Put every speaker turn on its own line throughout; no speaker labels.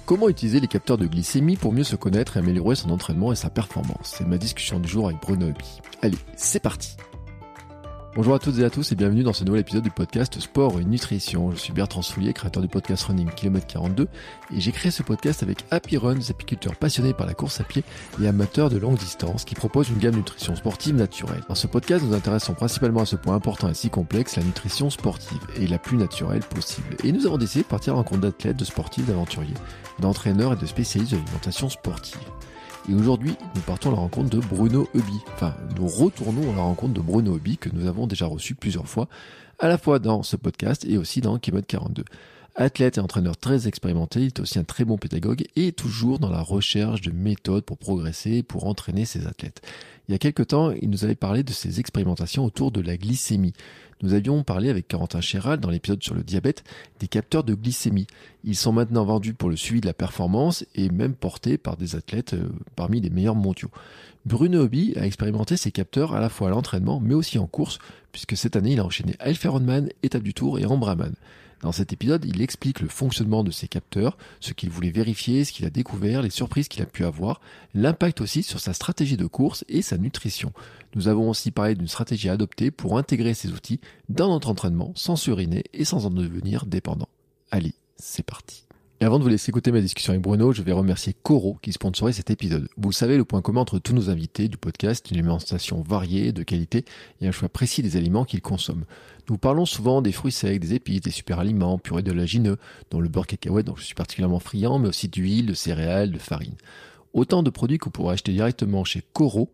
Comment utiliser les capteurs de glycémie pour mieux se connaître et améliorer son entraînement et sa performance? C'est ma discussion du jour avec Bruno Huby. Allez, c'est parti! Bonjour à toutes et à tous et bienvenue dans ce nouvel épisode du podcast Sport et Nutrition. Je suis Bertrand Soulier, créateur du podcast Running Kilomètre 42 et j'ai créé ce podcast avec Happy Run, des apiculteurs passionnés par la course à pied et amateurs de longue distance qui proposent une gamme de nutrition sportive naturelle. Dans ce podcast, nous nous intéressons principalement à ce point important et si complexe, la nutrition sportive et la plus naturelle possible. Et nous avons décidé de partir à la rencontre d'athlètes, de sportifs, d'aventuriers, d'entraîneurs et de spécialistes de l'alimentation sportive. Et aujourd'hui, nous partons à la rencontre de Bruno Huby. Enfin, nous retournons à la rencontre de Bruno Huby que nous avons déjà reçu plusieurs fois, à la fois dans ce podcast et aussi dans Kilomètre 42. Athlète et entraîneur très expérimenté, il est aussi un très bon pédagogue et toujours dans la recherche de méthodes pour progresser et pour entraîner ses athlètes. Il y a quelques temps, il nous avait parlé de ses expérimentations autour de la glycémie. Nous avions parlé avec Corentin Chéral dans l'épisode sur le diabète des capteurs de glycémie. Ils sont maintenant vendus pour le suivi de la performance et même portés par des athlètes parmi les meilleurs mondiaux. Bruno Huby a expérimenté ces capteurs à la fois à l'entraînement mais aussi en course puisque cette année il a enchaîné Elf-Ironman, Étape du Tour et Ambraman. Dans cet épisode, il explique le fonctionnement de ces capteurs, ce qu'il voulait vérifier, ce qu'il a découvert, les surprises qu'il a pu avoir, l'impact aussi sur sa stratégie de course et sa nutrition. Nous avons aussi parlé d'une stratégie à adopter pour intégrer ces outils dans notre entraînement sans s'uriner et sans en devenir dépendant. Allez, c'est parti. Et avant de vous laisser écouter ma discussion avec Bruno, je vais remercier Coro qui sponsorise cet épisode. Vous le savez, le point commun entre tous nos invités du podcast, une alimentation variée, de qualité et un choix précis des aliments qu'ils consomment. Nous parlons souvent des fruits secs, des épices, des super aliments, purées d'oléagineux, dont le beurre cacahuète dont je suis particulièrement friand, mais aussi d'huile, de céréales, de farine. Autant de produits que vous pourrez acheter directement chez Coro,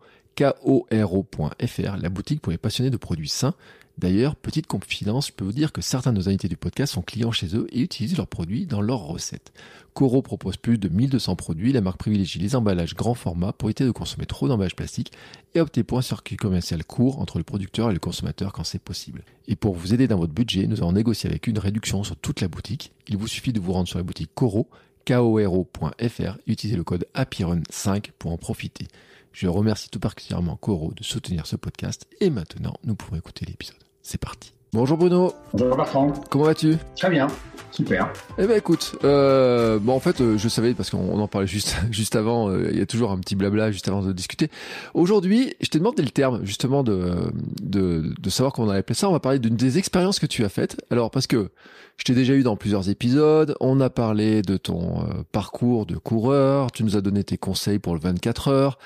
Koro.fr, la boutique pour les passionnés de produits sains. D'ailleurs, petite confidence, je peux vous dire que certains de nos invités du podcast sont clients chez eux et utilisent leurs produits dans leurs recettes. Coro propose plus de 1200 produits, la marque privilégie les emballages grand format pour éviter de consommer trop d'emballages plastiques et opter pour un circuit commercial court entre le producteur et le consommateur quand c'est possible. Et pour vous aider dans votre budget, nous avons négocié avec une réduction sur toute la boutique. Il vous suffit de vous rendre sur la boutique Coro, Koro.fr et utiliser le code HAPPYRUN5 pour en profiter. Je remercie tout particulièrement Coro de soutenir ce podcast et maintenant, nous pouvons écouter l'épisode. C'est parti. Bonjour Bruno.
Bonjour Bertrand.
Comment vas-tu?
Très bien, super.
Eh ben écoute, en fait, je savais parce qu'on en parlait juste avant. Il y a toujours un petit blabla juste avant de discuter. Aujourd'hui, je t'ai demandé le terme justement de savoir comment on allait appeler ça. On va parler d'une des expériences que tu as faites. Alors parce que je t'ai déjà eu dans plusieurs épisodes. On a parlé de ton parcours de coureur. Tu nous as donné tes conseils pour le 24 heures.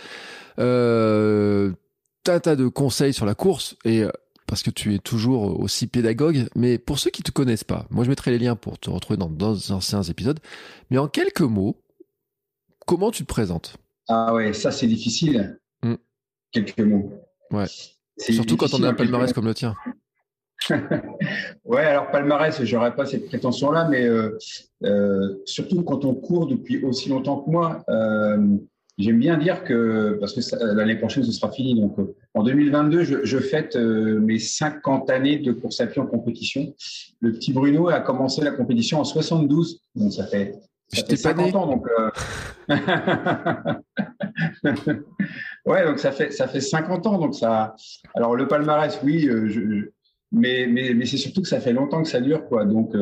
Tas de conseils sur la course et parce que tu es toujours aussi pédagogue, mais pour ceux qui te connaissent pas, moi je mettrai les liens pour te retrouver dans d'anciens épisodes, mais en quelques mots, comment tu te présentes?
Ah ouais, ça c'est difficile. Quelques mots.
Ouais. Surtout quand on a un palmarès comme le tien.
Ouais, alors palmarès, j'aurais pas cette prétention-là, mais surtout quand on court depuis aussi longtemps que moi, j'aime bien dire que, parce que l'année prochaine, ce sera fini. Donc, en 2022, je fête mes 50 années de course à pied en compétition. Le petit Bruno a commencé la compétition en 72. Donc, ça fait 50 ans. Donc, ouais, donc ça fait 50 ans. Donc, ça, alors, le palmarès, oui, mais c'est surtout que ça fait longtemps que ça dure, quoi. Donc,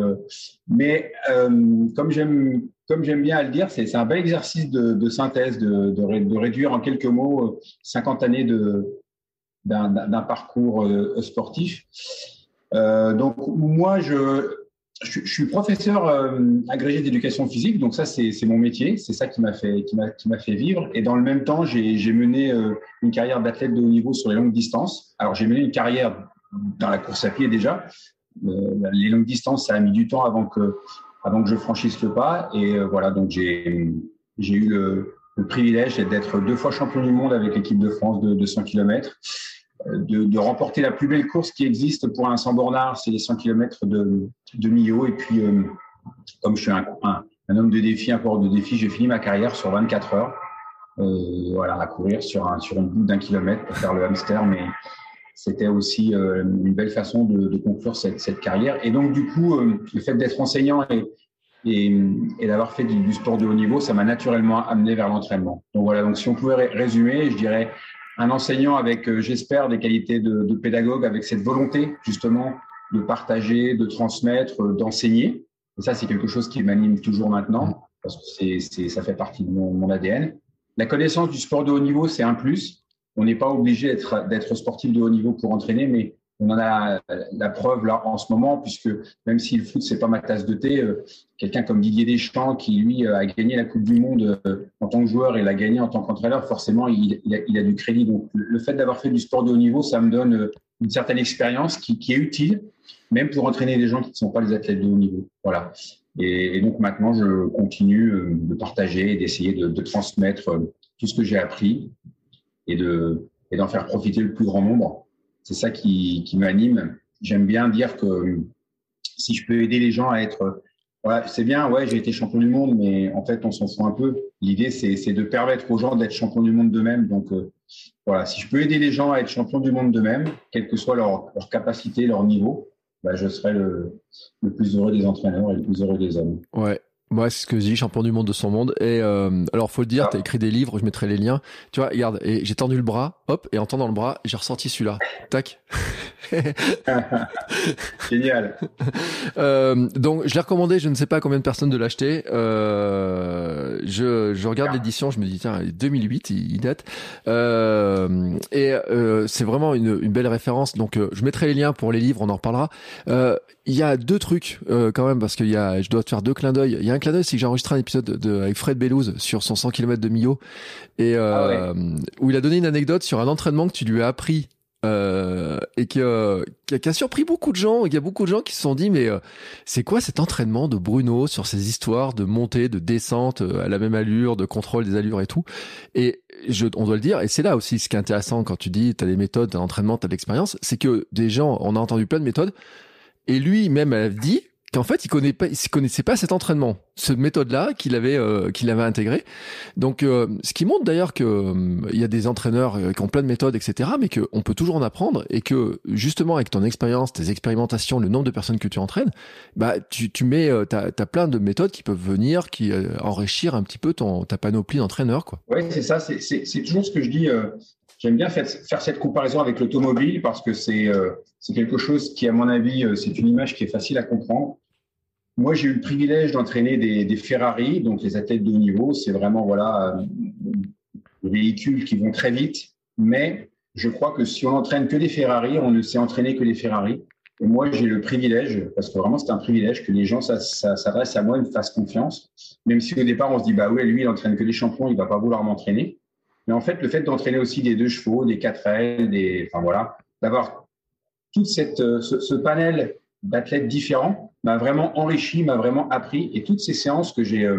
comme j'aime bien à le dire, c'est un bel exercice de synthèse, de réduire en quelques mots 50 années d'un parcours sportif. Donc moi, je suis professeur agrégé d'éducation physique, donc ça c'est mon métier, c'est ça qui m'a fait vivre. Et dans le même temps, j'ai mené une carrière d'athlète de haut niveau sur les longues distances. Alors j'ai mené une carrière dans la course à pied déjà. Les longues distances, ça a mis du temps avant que je franchisse le pas. Et voilà, donc j'ai eu le privilège d'être 2 fois champion du monde avec l'équipe de France de 100 km, de remporter la plus belle course qui existe pour un 100 bornard, c'est les 100 km de Millau. Et puis, comme je suis un homme de défi, un coureur de défi, j'ai fini ma carrière sur 24 heures, voilà, à courir sur une boucle d'1 kilomètre pour faire le hamster, mais c'était aussi une belle façon de conclure cette carrière. Et donc, du coup, le fait d'être enseignant et d'avoir fait du sport de haut niveau, ça m'a naturellement amené vers l'entraînement. Donc voilà, donc si on pouvait résumer, je dirais un enseignant avec, j'espère, des qualités de pédagogue, avec cette volonté justement de partager, de transmettre, d'enseigner. Et ça, c'est quelque chose qui m'anime toujours maintenant. parce que ça fait partie de mon ADN. La connaissance du sport de haut niveau, c'est un plus. On n'est pas obligé d'être sportif de haut niveau pour entraîner, mais on en a la preuve là en ce moment, puisque même si le foot, c'est pas ma tasse de thé, quelqu'un comme Didier Deschamps, qui lui a gagné la Coupe du Monde en tant que joueur et l'a gagné en tant qu'entraîneur, forcément, il a du crédit. Donc, le fait d'avoir fait du sport de haut niveau, ça me donne une certaine expérience qui est utile, même pour entraîner des gens qui ne sont pas les athlètes de haut niveau. Voilà. Et donc, maintenant, je continue de partager et d'essayer de transmettre tout ce que j'ai appris et d'en faire profiter le plus grand nombre. C'est ça qui m'anime. J'aime bien dire que si je peux aider les gens à être… Voilà, c'est bien, ouais, j'ai été champion du monde, mais en fait, on s'en fout un peu. L'idée, c'est de permettre aux gens d'être champions du monde d'eux-mêmes. Donc, voilà, si je peux aider les gens à être champions du monde d'eux-mêmes, quelle que soit leur capacité, leur niveau, bah, je serai le plus heureux des entraîneurs et le plus heureux des hommes.
Ouais. Moi, c'est ce que je dis, champion du monde de son monde. Et alors, faut le dire, t'as écrit des livres, je mettrai les liens. Tu vois, regarde, et j'ai tendu le bras, hop, et en tendant le bras, j'ai ressorti celui-là. Tac.
Génial.
Donc, je l'ai recommandé, je ne sais pas combien de personnes de l'acheter. Je regarde l'édition, je me dis, tiens, 2008, il date. C'est vraiment une belle référence. Donc, je mettrai les liens pour les livres, on en reparlera. Il y a deux trucs quand même, parce je dois te faire deux clins d'œil. Il y a un clin d'œil, c'est que j'ai enregistré un épisode avec Fred Bellouz sur son 100 km de Millau, et où il a donné une anecdote sur un entraînement que tu lui as appris. Et qui a surpris beaucoup de gens. Il y a beaucoup de gens qui se sont dit, mais c'est quoi cet entraînement de Bruno sur ces histoires de montée, de descente à la même allure, de contrôle des allures et tout. Et on doit le dire, et c'est là aussi ce qui est intéressant quand tu dis t'as des méthodes, t'as l'entraînement, t'as de l'expérience, c'est que des gens, on a entendu plein de méthodes, et lui-même a dit qu'en fait il connaissait pas cet entraînement, cette méthode-là qu'il avait intégré. Donc ce qui montre d'ailleurs que il y a des entraîneurs qui ont plein de méthodes, etc., mais que on peut toujours en apprendre, et que justement avec ton expérience, tes expérimentations, le nombre de personnes que tu entraînes, bah tu mets t'as plein de méthodes qui peuvent venir, qui enrichir un petit peu ta panoplie d'entraîneurs, quoi.
Oui, c'est ça. C'est toujours ce que je dis. J'aime bien faire cette comparaison avec l'automobile, parce que c'est quelque chose qui, à mon avis, c'est une image qui est facile à comprendre. Moi, j'ai eu le privilège d'entraîner des Ferrari, donc les athlètes de haut niveau. C'est vraiment des véhicules qui vont très vite. Mais je crois que si on entraîne que des Ferrari, on ne sait entraîner que les Ferrari. Et moi, j'ai le privilège, parce que vraiment, c'est un privilège que les gens s'adressent à moi et me fassent confiance. Même si au départ, on se dit, bah oui, lui, il entraîne que les champions, il ne va pas vouloir m'entraîner. Mais en fait, le fait d'entraîner aussi des 2 chevaux, des 4L, d'avoir tout ce panel d'athlètes différents m'a vraiment enrichi, m'a vraiment appris. Et toutes ces séances que j'ai,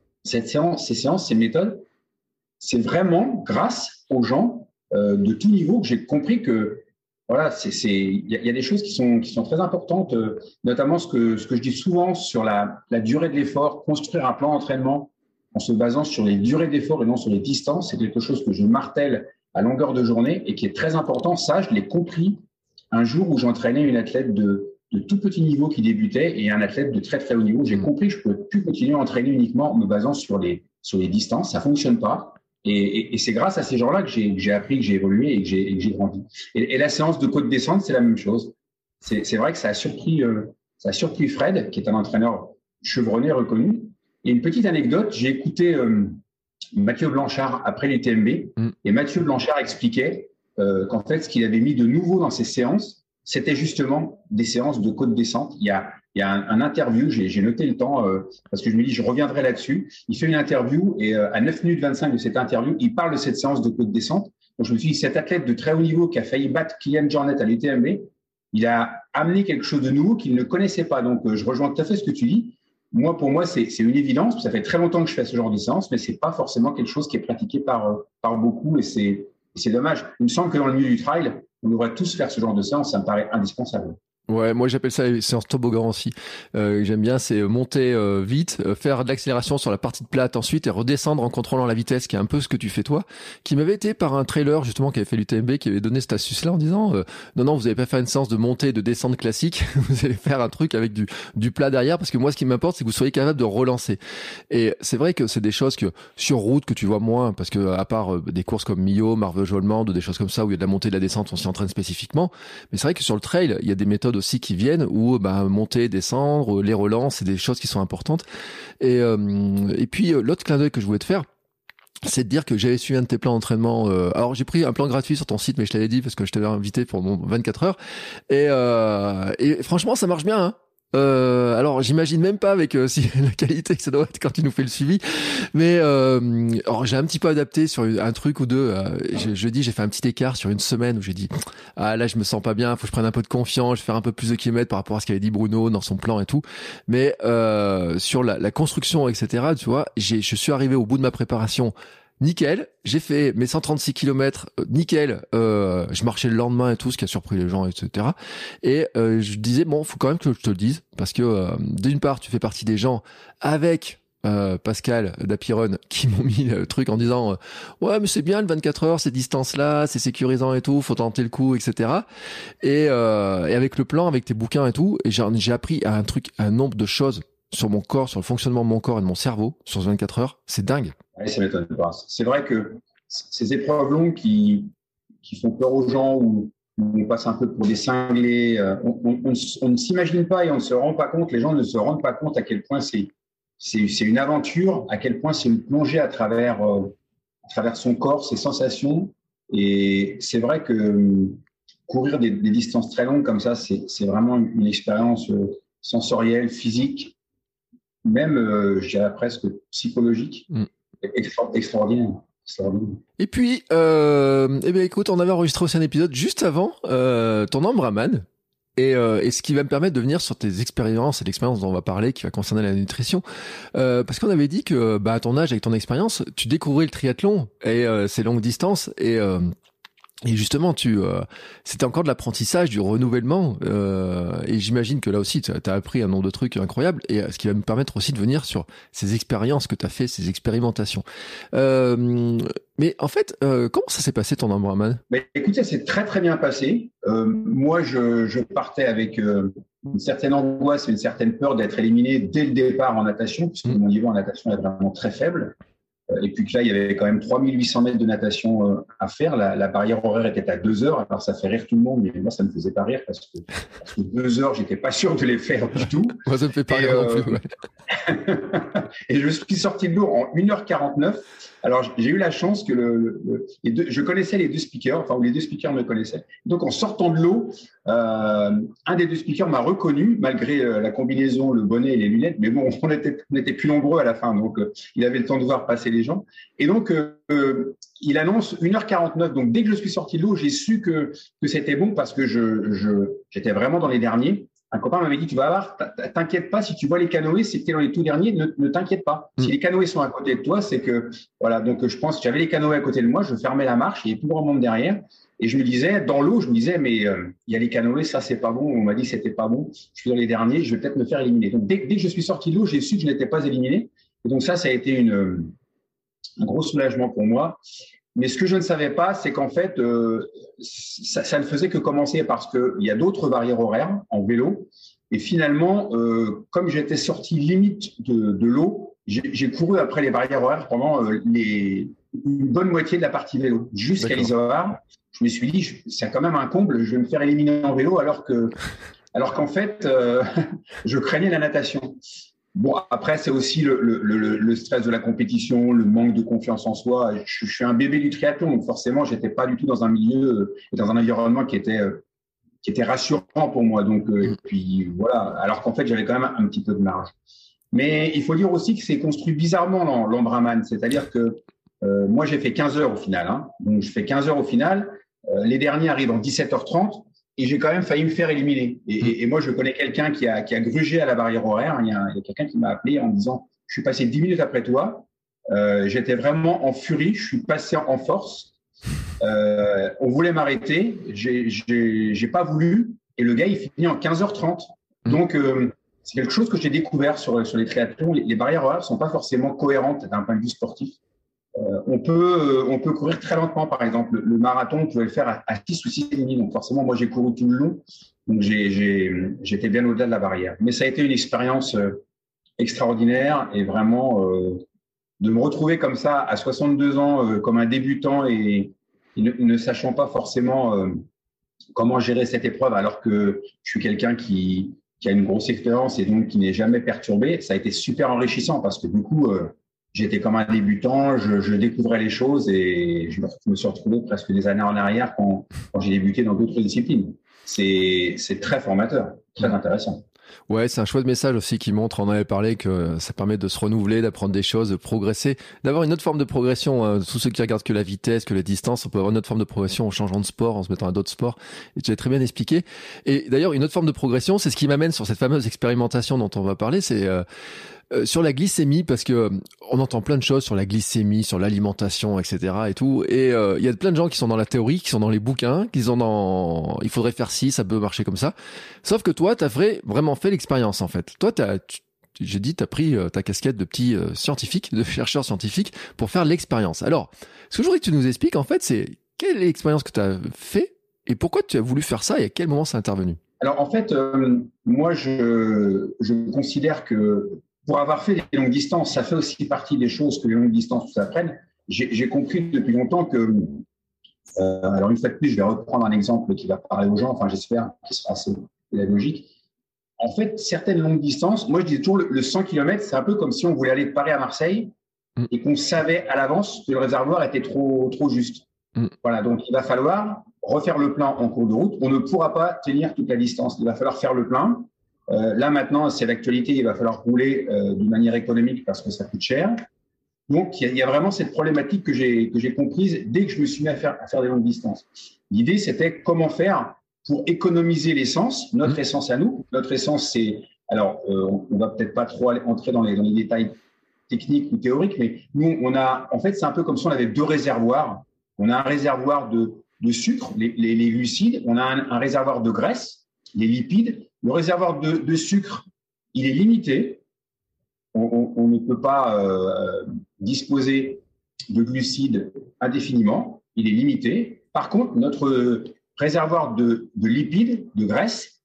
ces méthodes, c'est vraiment grâce aux gens de tout niveau que j'ai compris que voilà, il y a des choses qui sont très importantes, notamment ce que je dis souvent sur la durée de l'effort, construire un plan d'entraînement en se basant sur les durées d'effort et non sur les distances. C'est quelque chose que je martèle à longueur de journée et qui est très important. Ça, je l'ai compris un jour où j'entraînais une athlète de tout petit niveau qui débutait et un athlète de très très haut niveau. J'ai compris que je ne pouvais plus continuer à entraîner uniquement en me basant sur les distances. Ça ne fonctionne pas. Et c'est grâce à ces gens-là que j'ai appris, que j'ai évolué et que j'ai grandi. Et la séance de côte-descente, c'est la même chose. C'est vrai que ça a surpris Fred, qui est un entraîneur chevronné, reconnu. Et une petite anecdote, j'ai écouté Mathieu Blanchard après l'UTMB, et Mathieu Blanchard expliquait qu'en fait, ce qu'il avait mis de nouveau dans ses séances, c'était justement des séances de côte-descente. Il y a un interview, j'ai noté le temps parce que je me dis, je reviendrai là-dessus. Il fait une interview et à 9 minutes 25 de cette interview, il parle de cette séance de côte-descente. Donc, je me suis dit, cet athlète de très haut niveau qui a failli battre Kylian Jornet à l'UTMB, il a amené quelque chose de nouveau qu'il ne connaissait pas. Donc, je rejoins tout à fait ce que tu dis. Pour moi, c'est une évidence. Ça fait très longtemps que je fais ce genre de séance, mais c'est pas forcément quelque chose qui est pratiqué par beaucoup, et c'est dommage. Il me semble que dans le milieu du trail, on devrait tous faire ce genre de séance. Ça me paraît indispensable.
Ouais, moi j'appelle ça les séances toboggan aussi. J'aime bien, c'est monter vite, faire de l'accélération sur la partie de plate ensuite et redescendre en contrôlant la vitesse, qui est un peu ce que tu fais toi, qui m'avait été par un trailer justement qui avait fait l'UTMB, qui avait donné cette astuce-là en disant non, vous allez pas faire une séance de montée et de descente classique, vous allez faire un truc avec du plat derrière, parce que moi ce qui m'importe c'est que vous soyez capable de relancer. Et c'est vrai que c'est des choses que sur route que tu vois moins, parce que à part des courses comme Millau, Marvejols-Mende ou des choses comme ça où il y a de la montée et de la descente, on s'y entraîne spécifiquement, mais c'est vrai que sur le trail il y a des méthodes périodes aussi qui viennent où monter, descendre, les relances, c'est des choses qui sont importantes. Et puis l'autre clin d'œil que je voulais te faire, c'est de dire que j'avais suivi un de tes plans d'entraînement. Alors j'ai pris un plan gratuit sur ton site, mais je t'avais dit parce que je t'avais invité pour mon 24 heures. Et franchement, ça marche bien. Hein. Alors j'imagine même pas avec si la qualité que ça doit être quand tu nous fais le suivi, mais alors j'ai un petit peu adapté sur un truc ou deux. J'ai fait un petit écart sur une semaine où j'ai dit là je me sens pas bien, faut que je prenne un peu de confiance, je vais faire un peu plus de kilomètres par rapport à ce qu'avait dit Bruno dans son plan et tout. Mais sur la construction etc. Tu vois, je suis arrivé au bout de ma préparation. Nickel, j'ai fait mes 136 km, nickel, je marchais le lendemain et tout, ce qui a surpris les gens, etc. Et je disais, bon, faut quand même que je te le dise, parce que d'une part, tu fais partie des gens avec Pascal d'Apiron qui m'ont mis le truc en disant ouais mais c'est bien le 24 heures, ces distances-là, c'est sécurisant et tout, faut tenter le coup, etc. Et avec le plan, avec tes bouquins et tout, et j'ai appris un nombre de choses sur mon corps, sur le fonctionnement de mon corps et de mon cerveau, sur ce 24 heures, c'est dingue.
Oui, ça m'étonne pas. C'est vrai que ces épreuves longues qui font peur aux gens, où on passe un peu pour des cinglés, on ne s'imagine pas et on ne se rend pas compte, les gens ne se rendent pas compte à quel point c'est une aventure, à quel point c'est une plongée à travers son corps, ses sensations. Et c'est vrai que courir des distances très longues comme ça, c'est vraiment une expérience sensorielle, physique, même, je dirais presque psychologique, extraordinaire.
Et puis, écoute, on avait enregistré aussi un épisode juste avant ton Ambraman. Et ce qui va me permettre de venir sur tes expériences et l'expérience dont on va parler qui va concerner la nutrition, parce qu'on avait dit que à ton âge, avec ton expérience, tu découvrais le triathlon et ces longues distances et justement, c'était encore de l'apprentissage, du renouvellement, et j'imagine que là aussi, tu as appris un nombre de trucs incroyables, et ce qui va me permettre aussi de venir sur ces expériences que tu as fait, ces expérimentations. Mais en fait, comment ça s'est passé ton Ambraman ?
Écoute, ça s'est très très bien passé. Moi, je partais avec une certaine angoisse et une certaine peur d'être éliminé dès le départ en natation, puisque mon niveau en natation est vraiment très faible. Et puis que là, il y avait quand même 3800 mètres de natation à faire. La barrière horaire était à 2 heures. Alors, ça fait rire tout le monde, mais moi, ça ne me faisait pas rire parce que 2 heures, j'étais pas sûr de les faire du tout.
Moi, ça me fait pas rire non plus. Ouais.
Et je suis sorti de l'eau en 1h49. Alors, j'ai eu la chance que je connaissais les deux speakers, ou les deux speakers me connaissaient. Donc, en sortant de l'eau, un des deux speakers m'a reconnu, malgré la combinaison, le bonnet et les lunettes. Mais bon, on était plus nombreux à la fin, donc il avait le temps de voir passer les gens. Et donc, il annonce 1h49. Donc, dès que je suis sorti de l'eau, j'ai su que c'était bon parce que j'étais vraiment dans les derniers. Un copain m'avait dit, tu vas voir, t'inquiète pas, si tu vois les canoës, c'est que tu es dans les tout derniers, ne t'inquiète pas. Si les canoës sont à côté de toi, c'est que, voilà, donc je pense que j'avais les canoës à côté de moi, je fermais la marche, il y avait tout grand monde derrière, et je me disais, dans l'eau, mais il y a les canoës, ça c'est pas bon, on m'a dit que c'était pas bon, je suis dans les derniers, je vais peut-être me faire éliminer. Donc dès que je suis sorti de l'eau, j'ai su que je n'étais pas éliminé, et donc ça a été un gros soulagement pour moi. Mais ce que je ne savais pas, c'est qu'en fait, ça ne faisait que commencer parce qu'il y a d'autres barrières horaires en vélo. Et finalement, comme j'étais sorti limite de l'eau, j'ai couru après les barrières horaires pendant une bonne moitié de la partie vélo, jusqu'à l'Isoar. Je me suis dit, c'est quand même un comble, je vais me faire éliminer en vélo alors qu'en fait, je craignais la natation. Bon, après, c'est aussi le stress de la compétition, le manque de confiance en soi. Je suis un bébé du triathlon, donc forcément, j'étais pas du tout dans un milieu, dans un environnement qui était rassurant pour moi. Donc, et puis voilà. Alors qu'en fait, j'avais quand même un petit peu de marge. Mais il faut dire aussi que c'est construit bizarrement l'Ambraman, c'est-à-dire que moi, j'ai fait 15 heures au final. Hein. Donc, je fais 15 heures au final. Les derniers arrivent en 17h30. Et j'ai quand même failli me faire éliminer. Et moi, je connais quelqu'un qui a grugé à la barrière horaire. Il y a quelqu'un qui m'a appelé en me disant « Je suis passé 10 minutes après toi. J'étais vraiment en furie. Je suis passé en force. On voulait m'arrêter. J'ai pas voulu. Et le gars, il finit en 15h30. Donc, c'est quelque chose que j'ai découvert sur les triathlons. Les barrières horaires ne sont pas forcément cohérentes d'un point de vue sportif. On peut courir très lentement, par exemple. Le marathon, on pouvait le faire à 6 ou 6,5. Donc, forcément, moi, j'ai couru tout le long. Donc, j'étais bien au-delà de la barrière. Mais ça a été une expérience extraordinaire et vraiment de me retrouver comme ça à 62 ans, comme un débutant et ne sachant pas forcément comment gérer cette épreuve alors que je suis quelqu'un qui a une grosse expérience et donc qui n'est jamais perturbé. Ça a été super enrichissant parce que du coup, j'étais comme un débutant, je découvrais les choses et je me suis retrouvé presque des années en arrière quand j'ai débuté dans d'autres disciplines. C'est très formateur, très intéressant.
Ouais, c'est un chouette message aussi qui montre, on en avait parlé, que ça permet de se renouveler, d'apprendre des choses, de progresser, d'avoir une autre forme de progression. Hein. Tous ceux qui regardent que la vitesse, que la distance, on peut avoir une autre forme de progression en changeant de sport, en se mettant à d'autres sports. Et tu l'as très bien expliqué. Et d'ailleurs, une autre forme de progression, c'est ce qui m'amène sur cette fameuse expérimentation dont on va parler, c'est sur la glycémie, parce que on entend plein de choses sur la glycémie, sur l'alimentation, etc. et tout. Et il y a plein de gens qui sont dans la théorie, qui sont dans les bouquins, qui sont dans il faudrait faire ci, ça peut marcher comme ça. Sauf que toi, t'as vraiment fait l'expérience en fait. Toi, j'ai dit, t'as pris ta casquette de petit scientifique, de chercheur scientifique, pour faire l'expérience. Alors, ce que je voudrais que tu nous expliques en fait, c'est quelle est l'expérience que tu as fait et pourquoi tu as voulu faire ça et à quel moment ça a intervenu.
Alors en fait, moi, je considère que pour avoir fait des longues distances, ça fait aussi partie des choses que les longues distances nous apprennent. J'ai compris depuis longtemps que, alors une fois de plus, je vais reprendre un exemple qui va parler aux gens, enfin j'espère qu'il sera assez pédagogique. En fait, certaines longues distances, moi je dis toujours le 100 km, c'est un peu comme si on voulait aller de Paris à Marseille et qu'on savait à l'avance que le réservoir était trop juste. Voilà, donc il va falloir refaire le plein en cours de route. On ne pourra pas tenir toute la distance. Il va falloir faire le plein. Là, maintenant, c'est l'actualité. Il va falloir rouler d'une manière économique parce que ça coûte cher. Donc, il y a vraiment cette problématique que j'ai comprise dès que je me suis mis à faire des longues distances. L'idée, c'était comment faire pour économiser l'essence, notre essence à nous. Notre essence, c'est… Alors, on va peut-être pas trop entrer dans les détails techniques ou théoriques, mais nous, en fait, c'est un peu comme si on avait deux réservoirs. On a un réservoir de sucre, les glucides. On a un réservoir de graisse, les lipides. Le réservoir de sucre, il est limité. On ne peut pas disposer de glucides indéfiniment. Il est limité. Par contre, notre réservoir de lipides, de graisse,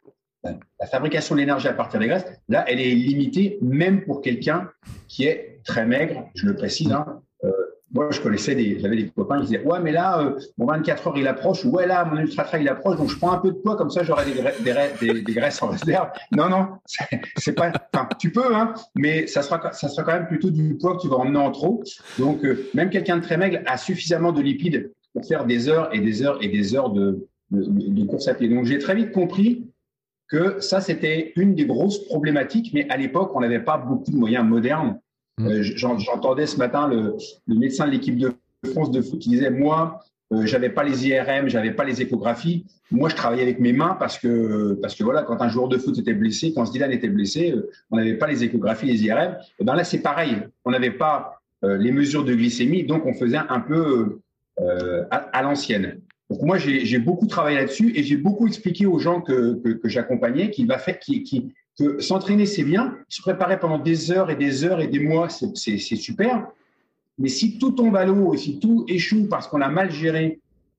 la fabrication de l'énergie à partir des graisses, là, elle est limitée même pour quelqu'un qui est très maigre. Je le précise, hein. Moi, j'avais des copains qui disaient « Ouais, mais là, mon 24 heures, il approche. Ouais, là, mon ultra-trail, il approche. Donc, je prends un peu de poids, comme ça, j'aurai des graisses en réserve. » Non, c'est pas… Enfin, tu peux, hein, mais ça sera quand même plutôt du poids que tu vas emmener en trop. Donc, même quelqu'un de très maigre a suffisamment de lipides pour faire des heures et des heures et des heures de course à pied. Donc, j'ai très vite compris que ça, c'était une des grosses problématiques. Mais à l'époque, on n'avait pas beaucoup de moyens modernes. J'entendais ce matin le médecin de l'équipe de France de foot qui disait « Moi, j'avais pas les IRM, j'avais pas les échographies. Moi, je travaillais avec mes mains parce que voilà, quand un joueur de foot était blessé, quand Zidane était blessé, on n'avait pas les échographies, les IRM. Et ben là, c'est pareil. On n'avait pas les mesures de glycémie, donc on faisait un peu à l'ancienne. Donc moi, j'ai beaucoup travaillé là-dessus et j'ai beaucoup expliqué aux gens que j'accompagnais que s'entraîner, c'est bien. Se préparer pendant des heures et des heures et des mois, c'est super. Mais si tout tombe à l'eau et si tout échoue parce qu'on a mal géré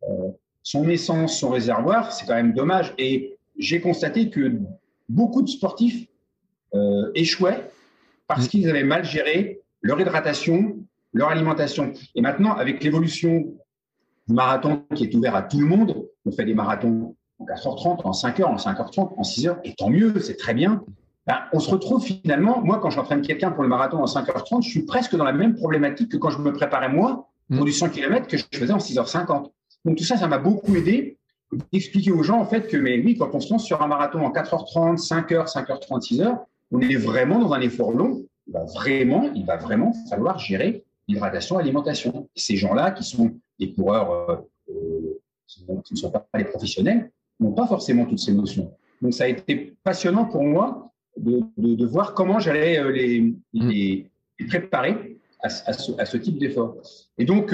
son essence, son réservoir, c'est quand même dommage. Et j'ai constaté que beaucoup de sportifs échouaient parce qu'ils avaient mal géré leur hydratation, leur alimentation. Et maintenant, avec l'évolution du marathon qui est ouvert à tout le monde, on fait des marathons en 4h30, en 5h, en 5h30, en 6h, et tant mieux, c'est très bien. Ben, on se retrouve finalement, moi quand j'entraîne quelqu'un pour le marathon en 5h30, je suis presque dans la même problématique que quand je me préparais moi pour du 100 km que je faisais en 6h50. Donc tout ça, ça m'a beaucoup aidé d'expliquer aux gens en fait que, mais oui, quand on se lance sur un marathon en 4h30, 5h, 5h30, 6h, on est vraiment dans un effort long. Il va vraiment falloir gérer l'hydratation, l'alimentation. Et ces gens-là qui sont des coureurs qui ne sont pas des professionnels, n'ont pas forcément toutes ces notions. Donc, ça a été passionnant pour moi de voir comment j'allais les préparer à ce type d'effort. Et donc,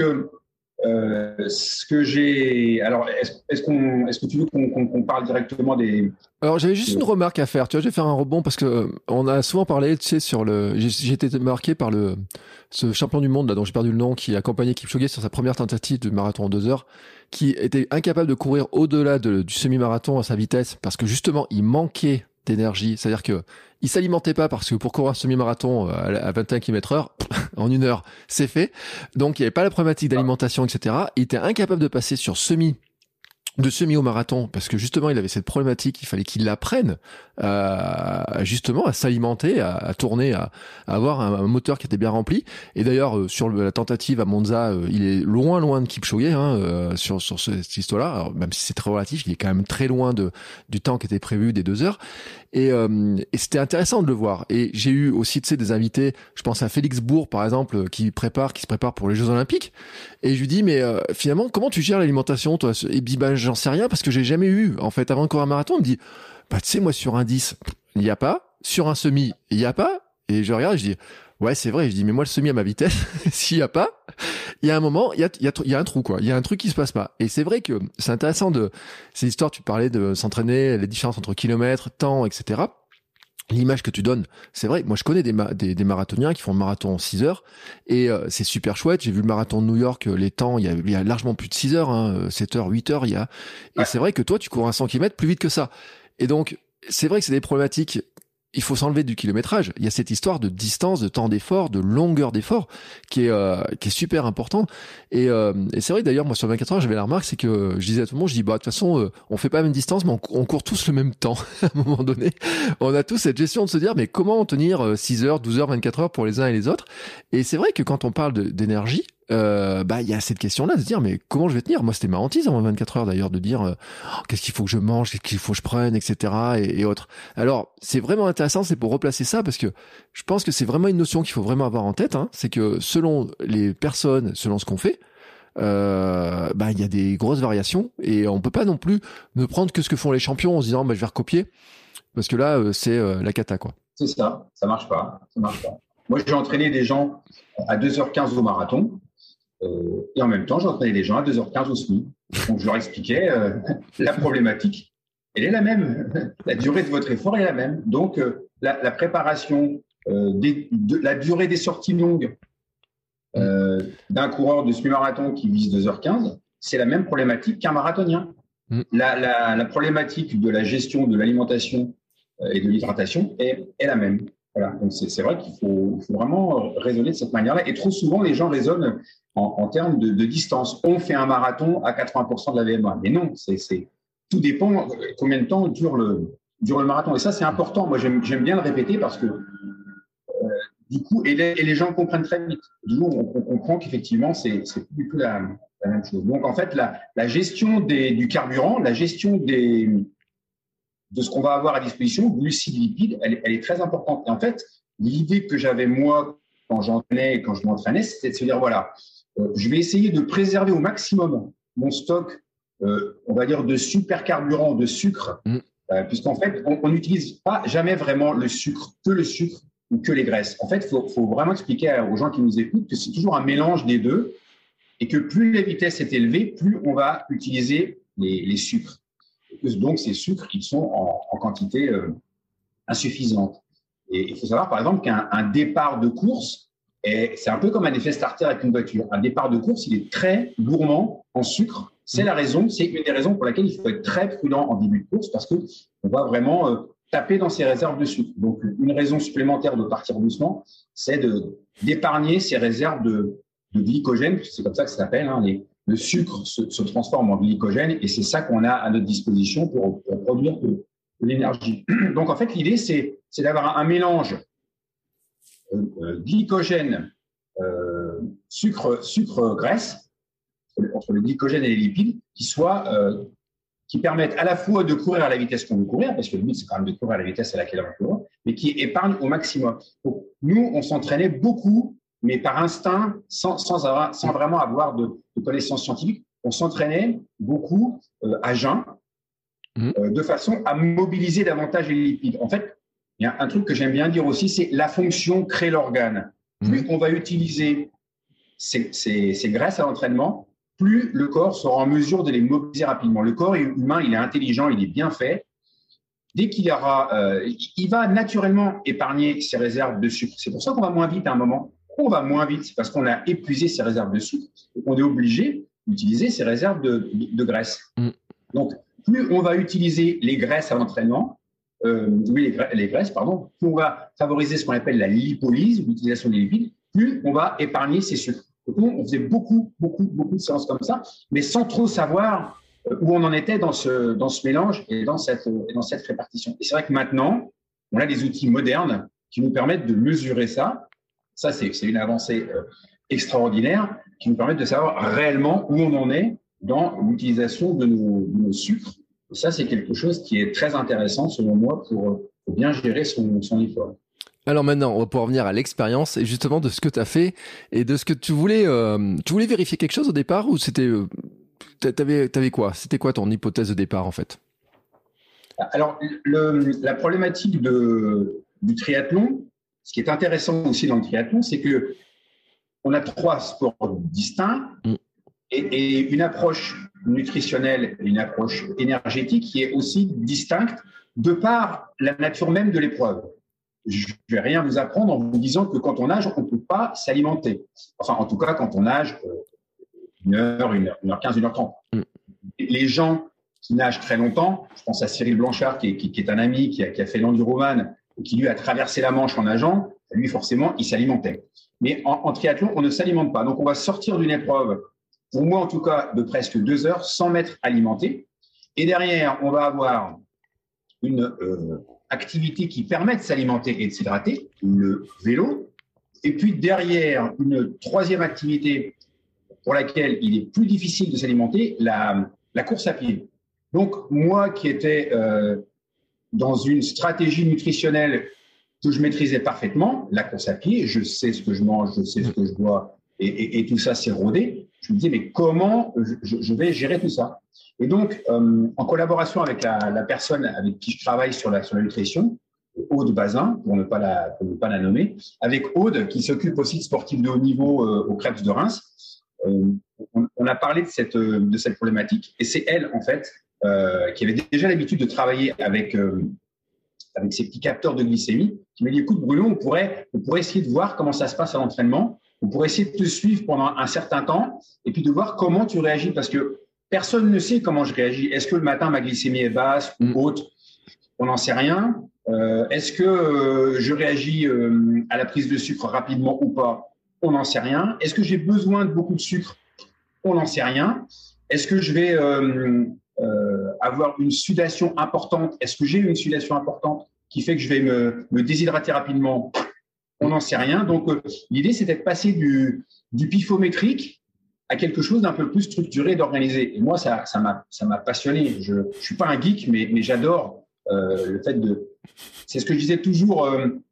ce que j'ai… Alors, est-ce que tu veux qu'on parle directement des…
Alors, j'avais juste une remarque à faire. Tu vois, je vais faire un rebond parce que on a souvent parlé, tu sais, j'ai été marqué par ce champion du monde, là, dont j'ai perdu le nom, qui accompagnait Kipchoge sur sa première tentative de marathon en 2 heures, qui était incapable de courir au-delà du semi-marathon à sa vitesse parce que justement, il manquait d'énergie. C'est-à-dire que il s'alimentait pas parce que pour courir un semi-marathon à 21 km/h, en 1 heure, c'est fait. Donc, il n'y avait pas la problématique d'alimentation, etc. Il était incapable de passer sur de semi au marathon, parce que justement il avait cette problématique, il fallait qu'il apprenne justement à s'alimenter, à tourner, à avoir un moteur qui était bien rempli. Et d'ailleurs sur la tentative à Monza, il est loin de Kipchoge sur cette histoire-là. Alors, même si c'est très relatif, il est quand même très loin du temps qui était prévu des 2 heures. Et c'était intéressant de le voir. Et j'ai eu aussi, tu sais, des invités. Je pense à Félix Bourg, par exemple, qui se prépare pour les Jeux Olympiques. Et je lui dis, mais finalement, comment tu gères l'alimentation, toi? Et puis, bah, j'en sais rien parce que j'ai jamais eu. En fait, avant de courir un marathon, il me dit, bah, tu sais, moi, sur un 10, il y a pas. Sur un semi, il y a pas. Et je regarde, et je dis, ouais, c'est vrai. Je dis, mais moi, le semi à ma vitesse, s'il y a pas, il y a un moment, il y a un trou, quoi. Il y a un truc qui se passe pas. Et c'est vrai que c'est intéressant c'est l'histoire, tu parlais de s'entraîner, les différences entre kilomètres, temps, etc. L'image que tu donnes, c'est vrai. Moi, je connais des marathoniens qui font le marathon en 6 heures et c'est super chouette. J'ai vu le marathon de New York, les temps, il y a largement plus de 6 heures, 7 heures, 8 heures, et c'est vrai que toi, tu cours un 100 km plus vite que ça. Et donc, c'est vrai que c'est des problématiques. Il faut s'enlever du kilométrage. Il y a cette histoire de distance, de temps d'effort, de longueur d'effort qui est super important. Et c'est vrai d'ailleurs, moi sur 24 heures, j'avais la remarque, c'est que je disais à tout le monde, je dis bah de toute façon, on fait pas la même distance, mais on court tous le même temps. À un moment donné, on a tous cette gestion de se dire mais comment tenir 6 heures, 12 heures, 24 heures pour les uns et les autres. Et c'est vrai que quand on parle d'énergie, bah il y a cette question-là de se dire mais comment je vais tenir. Moi c'était ma hantise en 24 heures d'ailleurs de dire qu'est-ce qu'il faut que je mange, qu'est-ce qu'il faut que je prenne, etc. et autres. Alors c'est vraiment intéressant, c'est pour replacer ça parce que je pense que c'est vraiment une notion qu'il faut vraiment avoir en tête. C'est que selon les personnes, selon ce qu'on fait, bah il y a des grosses variations et on peut pas non plus ne prendre que ce que font les champions en se disant bah je vais recopier parce que là c'est la cata quoi.
C'est ça, ça marche pas. Moi j'ai entraîné des gens à 2h15 au marathon. Et en même temps, j'entraînais les gens à 2h15 au semi. Donc, je leur expliquais la problématique, elle est la même. La durée de votre effort est la même. Donc, la préparation, la durée des sorties longues d'un coureur de semi-marathon qui vise 2h15, c'est la même problématique qu'un marathonien. La problématique de la gestion de l'alimentation et de l'hydratation est la même. Voilà, donc c'est vrai qu'il faut vraiment raisonner de cette manière-là. Et trop souvent, les gens raisonnent en termes de distance. On fait un marathon à 80% de la VMA. Mais non, tout dépend combien de temps dure le marathon. Et ça, c'est important. Moi, j'aime bien le répéter parce que du coup, et les gens comprennent très vite. Du coup, on comprend qu'effectivement, c'est plus du tout la même chose. Donc, en fait, la gestion du carburant, la gestion de ce qu'on va avoir à disposition, glucides, lipides, elle est très importante. Et en fait, l'idée que j'avais, moi, quand je m'entraînais, c'était de se dire, voilà, je vais essayer de préserver au maximum mon stock, on va dire, de supercarburant, de sucre, puisqu'en fait, on n'utilise pas jamais vraiment le sucre ou que les graisses. En fait, il faut vraiment expliquer aux gens qui nous écoutent que c'est toujours un mélange des deux et que plus la vitesse est élevée, plus on va utiliser les sucres. Donc, ces sucres, ils sont en quantité insuffisante. Et il faut savoir, par exemple, qu'un départ de course, c'est un peu comme un effet starter avec une voiture. Un départ de course, il est très gourmand en sucre. C'est une des raisons pour laquelle il faut être très prudent en début de course parce qu'on va vraiment taper dans ses réserves de sucre. Donc, une raison supplémentaire de partir doucement, c'est d'épargner ses réserves de glycogène, c'est comme ça que ça s'appelle, le sucre se transforme en glycogène et c'est ça qu'on a à notre disposition pour produire de l'énergie. Donc, en fait, l'idée, c'est d'avoir un mélange glycogène, sucre, graisse, entre le glycogène et les lipides, qui permettent à la fois de courir à la vitesse qu'on veut courir, parce que le but, c'est quand même de courir à la vitesse à laquelle on veut courir, mais qui épargne au maximum. Donc, nous, on s'entraînait beaucoup, mais par instinct, sans vraiment avoir de connaissances scientifiques. On s'entraînait beaucoup à jeun, de façon à mobiliser davantage les lipides. En fait, il y a un truc que j'aime bien dire aussi, c'est la fonction crée l'organe. Plus on va utiliser ces graisses à l'entraînement, plus le corps sera en mesure de les mobiliser rapidement. Le corps humain, il est intelligent, il est bien fait. Dès qu'il il va naturellement épargner ses réserves de sucre. C'est pour ça qu'on va moins vite à un moment. On va moins vite, c'est parce qu'on a épuisé ses réserves de sucre et qu'on est obligé d'utiliser ses réserves de graisse. Donc, plus on va utiliser les graisses à l'entraînement, les graisses, pardon, plus on va favoriser ce qu'on appelle la lipolyse, l'utilisation des lipides, plus on va épargner ces sucres. Donc, on faisait beaucoup de séances comme ça, mais sans trop savoir où on en était dans ce mélange et dans cette répartition. Et c'est vrai que maintenant, on a des outils modernes qui nous permettent de mesurer ça. Ça, c'est une avancée extraordinaire qui nous permet de savoir réellement où on en est dans l'utilisation de nos sucres. Et ça, c'est quelque chose qui est très intéressant, selon moi, pour bien gérer son effort.
Alors maintenant, on va pouvoir venir à l'expérience et justement de ce que tu as fait et de ce que tu voulais vérifier quelque chose au départ ou c'était t'avais quoi? C'était quoi ton hypothèse de départ en fait?
Alors, la problématique du triathlon, ce qui est intéressant aussi dans le triathlon, c'est que on a 3 sports distincts et une approche nutritionnelle et une approche énergétique qui est aussi distincte de par la nature même de l'épreuve. Je ne vais rien vous apprendre en vous disant que quand on nage, on ne peut pas s'alimenter. Enfin, en tout cas, quand on nage 1h, 1h15, 1h30. Les gens qui nagent très longtemps, je pense à Cyril Blanchard, qui est un ami, qui a fait l'enduroman, et qui lui a traversé la Manche en nageant, lui, forcément, il s'alimentait. Mais en triathlon, on ne s'alimente pas. Donc, on va sortir d'une épreuve, pour moi en tout cas, de presque 2 heures, sans m'être alimenté. Et derrière, on va avoir une activité qui permet de s'alimenter et de s'hydrater, le vélo. Et puis derrière, une troisième activité pour laquelle il est plus difficile de s'alimenter, la course à pied. Donc, moi qui étais dans une stratégie nutritionnelle que je maîtrisais parfaitement, la course à pied, je sais ce que je mange, je sais ce que je bois, et tout ça, c'est rodé. Je me disais, mais comment je vais gérer tout ça? Et donc, en collaboration avec la personne avec qui je travaille sur la nutrition, Aude Bazin, pour ne pas la nommer, avec Aude, qui s'occupe aussi de sportifs de haut niveau au Krebs de Reims, on a parlé de cette problématique, et c'est elle, en fait, qui avait déjà l'habitude de travailler avec ces petits capteurs de glycémie, qui m'a dit, écoute Bruno, on pourrait essayer de voir comment ça se passe à l'entraînement, on pourrait essayer de te suivre pendant un certain temps, et puis de voir comment tu réagis, parce que personne ne sait comment je réagis. Est-ce que le matin, ma glycémie est basse ou haute? On n'en sait rien. Est-ce que je réagis à la prise de sucre rapidement ou pas? On n'en sait rien. Est-ce que j'ai besoin de beaucoup de sucre? On n'en sait rien. Est-ce que je vais avoir une sudation importante? Est-ce que j'ai une sudation importante qui fait que je vais me déshydrater rapidement? On n'en sait rien. Donc, l'idée, c'était de passer du pifométrique à quelque chose d'un peu plus structuré et d'organisé. Et moi, ça m'a passionné. Je ne suis pas un geek, mais j'adore le fait de… C'est ce que je disais toujours.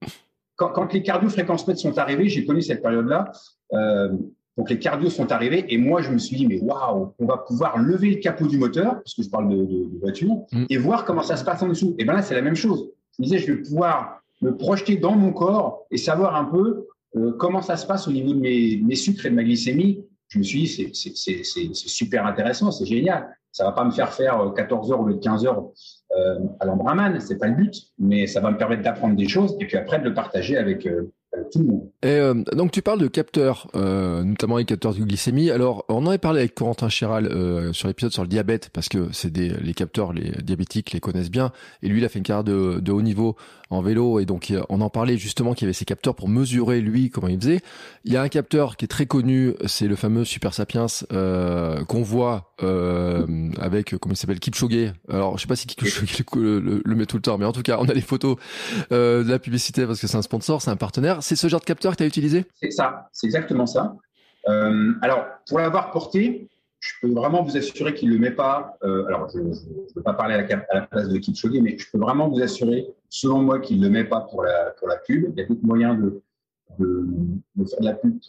Quand les cardio-fréquence-mètres sont arrivés, j'ai connu cette période-là. Donc, les cardios sont arrivés et moi, je me suis dit, mais waouh, on va pouvoir lever le capot du moteur, parce que je parle de voiture, et voir comment ça se passe en dessous. Et bien là, c'est la même chose. Je me disais, je vais pouvoir me projeter dans mon corps et savoir un peu comment ça se passe au niveau de mes sucres et de ma glycémie. Je me suis dit, c'est super intéressant, c'est génial. Ça va pas me faire 14 heures au lieu de 15 heures à l'Ambraman, c'est pas le but, mais ça va me permettre d'apprendre des choses et puis après de le partager avec tout le monde.
Et donc tu parles de capteurs, notamment les capteurs de glycémie. Alors on en avait parlé avec Corentin Chéral sur l'épisode sur le diabète, parce que c'est les capteurs, les diabétiques les connaissent bien, et lui il a fait une carrière de haut niveau en vélo, et donc on en parlait justement qu'il y avait ces capteurs pour mesurer lui comment il faisait. Il y a un capteur qui est très connu, c'est le fameux Super Sapiens qu'on voit avec, comment il s'appelle, Kipchoge. Alors je sais pas si Kipchoge le met tout le temps, mais en tout cas on a les photos de la publicité parce que c'est un sponsor, c'est un partenaire. C'est ce genre de capteur que tu as utilisé?
C'est ça, c'est exactement ça. Alors, pour l'avoir porté, je peux vraiment vous assurer qu'il ne le met pas. Alors, je ne peux pas parler à la place de Kipchoge, mais je peux vraiment vous assurer, selon moi, qu'il ne le met pas pour la pub. Il y a d'autres moyens de faire de la pub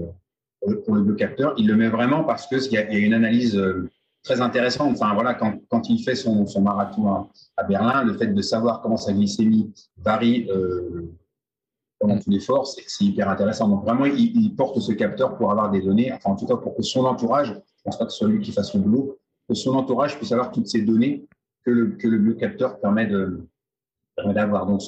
pour le biocapteur. Il le met vraiment parce qu'il y a une analyse très intéressante. Enfin, voilà, quand il fait son marathon à Berlin, le fait de savoir comment sa glycémie varie pendant tout l'effort, c'est hyper intéressant. Donc vraiment, il porte ce capteur pour avoir des données, enfin en tout cas pour que son entourage, je ne pense pas que ce soit lui qui fasse son boulot, que son entourage puisse avoir toutes ces données que le biocapteur permet d'avoir. Donc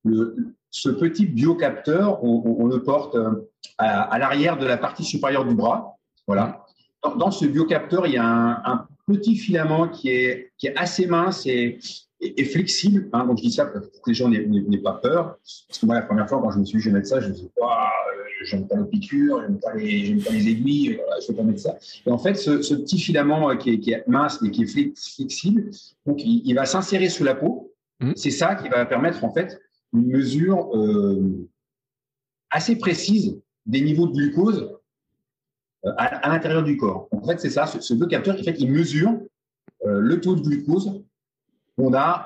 ce petit biocapteur, on le porte à l'arrière de la partie supérieure du bras. Voilà. Dans ce biocapteur, il y a un petit filament qui est assez mince et et flexible. Hein, donc, je dis ça pour que les gens n'aient pas peur. Parce que moi, la première fois, quand je me suis dit, je vais mettre ça, je me suis dit, j'aime pas les piqûres, j'aime pas les aiguilles, je ne vais pas mettre ça. Et en fait, ce petit filament qui est mince, mais qui est flexible, donc il va s'insérer sous la peau. C'est ça qui va permettre, en fait, une mesure assez précise des niveaux de glucose à l'intérieur du corps. En fait, c'est ça, ce biocapteur, en fait, il mesure le taux de glucose qu'on a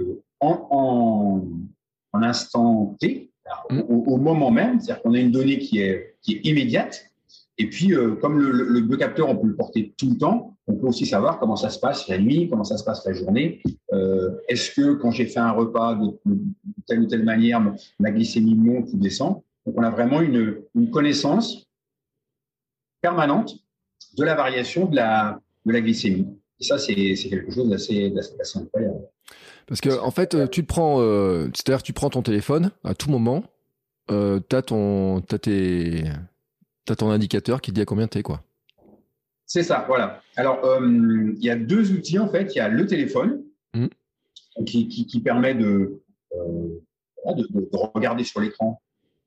en instant T, au moment même, c'est-à-dire qu'on a une donnée qui est immédiate. Et puis, comme le biocapteur, on peut le porter tout le temps, on peut aussi savoir comment ça se passe la nuit, comment ça se passe la journée. Est-ce que quand j'ai fait un repas de telle ou telle manière, ma glycémie monte ou descend? Donc, on a vraiment une connaissance permanente de la variation de la glycémie. Et ça, c'est quelque chose d'assez incroyable.
Parce que en fait, tu prends ton téléphone à tout moment, t'as ton indicateur qui te dit à combien t'es, quoi.
C'est ça, voilà. Alors, il y a deux outils, en fait. Il y a le téléphone qui permet de regarder sur l'écran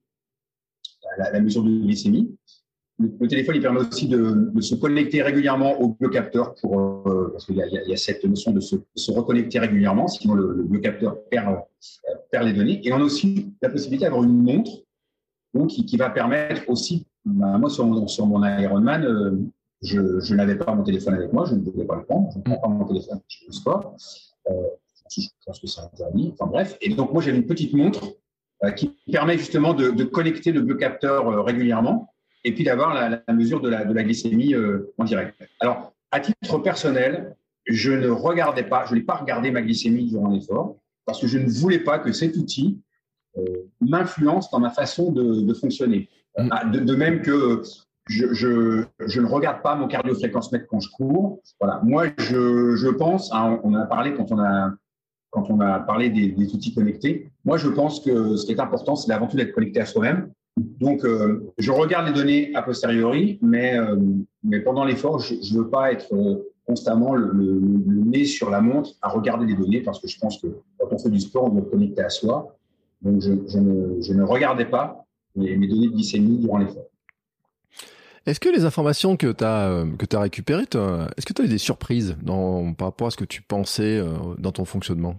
la mesure de glycémie. Le téléphone, il permet aussi de se connecter régulièrement au biocapteur parce qu'il y a cette notion de se reconnecter régulièrement, sinon le biocapteur perd les données. Et on a aussi la possibilité d'avoir une montre donc, qui va permettre aussi, moi sur mon Ironman, je n'avais pas mon téléphone avec moi, je ne pouvais pas le prendre, je ne prends pas mon téléphone quand je fais le sport. Je pense que c'est interdit. Enfin bref, et donc moi j'ai une petite montre qui permet justement de connecter le biocapteur régulièrement et puis d'avoir la mesure de la glycémie en direct. Alors, à titre personnel, je n'ai pas regardé ma glycémie durant l'effort parce que je ne voulais pas que cet outil m'influence dans ma façon de fonctionner. De même que je ne regarde pas mon cardiofréquencemètre quand je cours. Voilà. Moi, je pense, hein, on en a parlé quand on a parlé des outils connectés. Moi, je pense que ce qui est important, c'est avant tout d'être connecté à soi-même. Donc, je regarde les données a posteriori, mais pendant l'effort, je ne veux pas être constamment le nez sur la montre à regarder les données parce que je pense que quand on fait du sport, on doit être connecté à soi. Donc, je ne regardais pas mes données de glycémie durant l'effort.
Est-ce que les informations que tu as récupérées, est-ce que tu as eu des surprises par rapport à ce que tu pensais dans ton fonctionnement?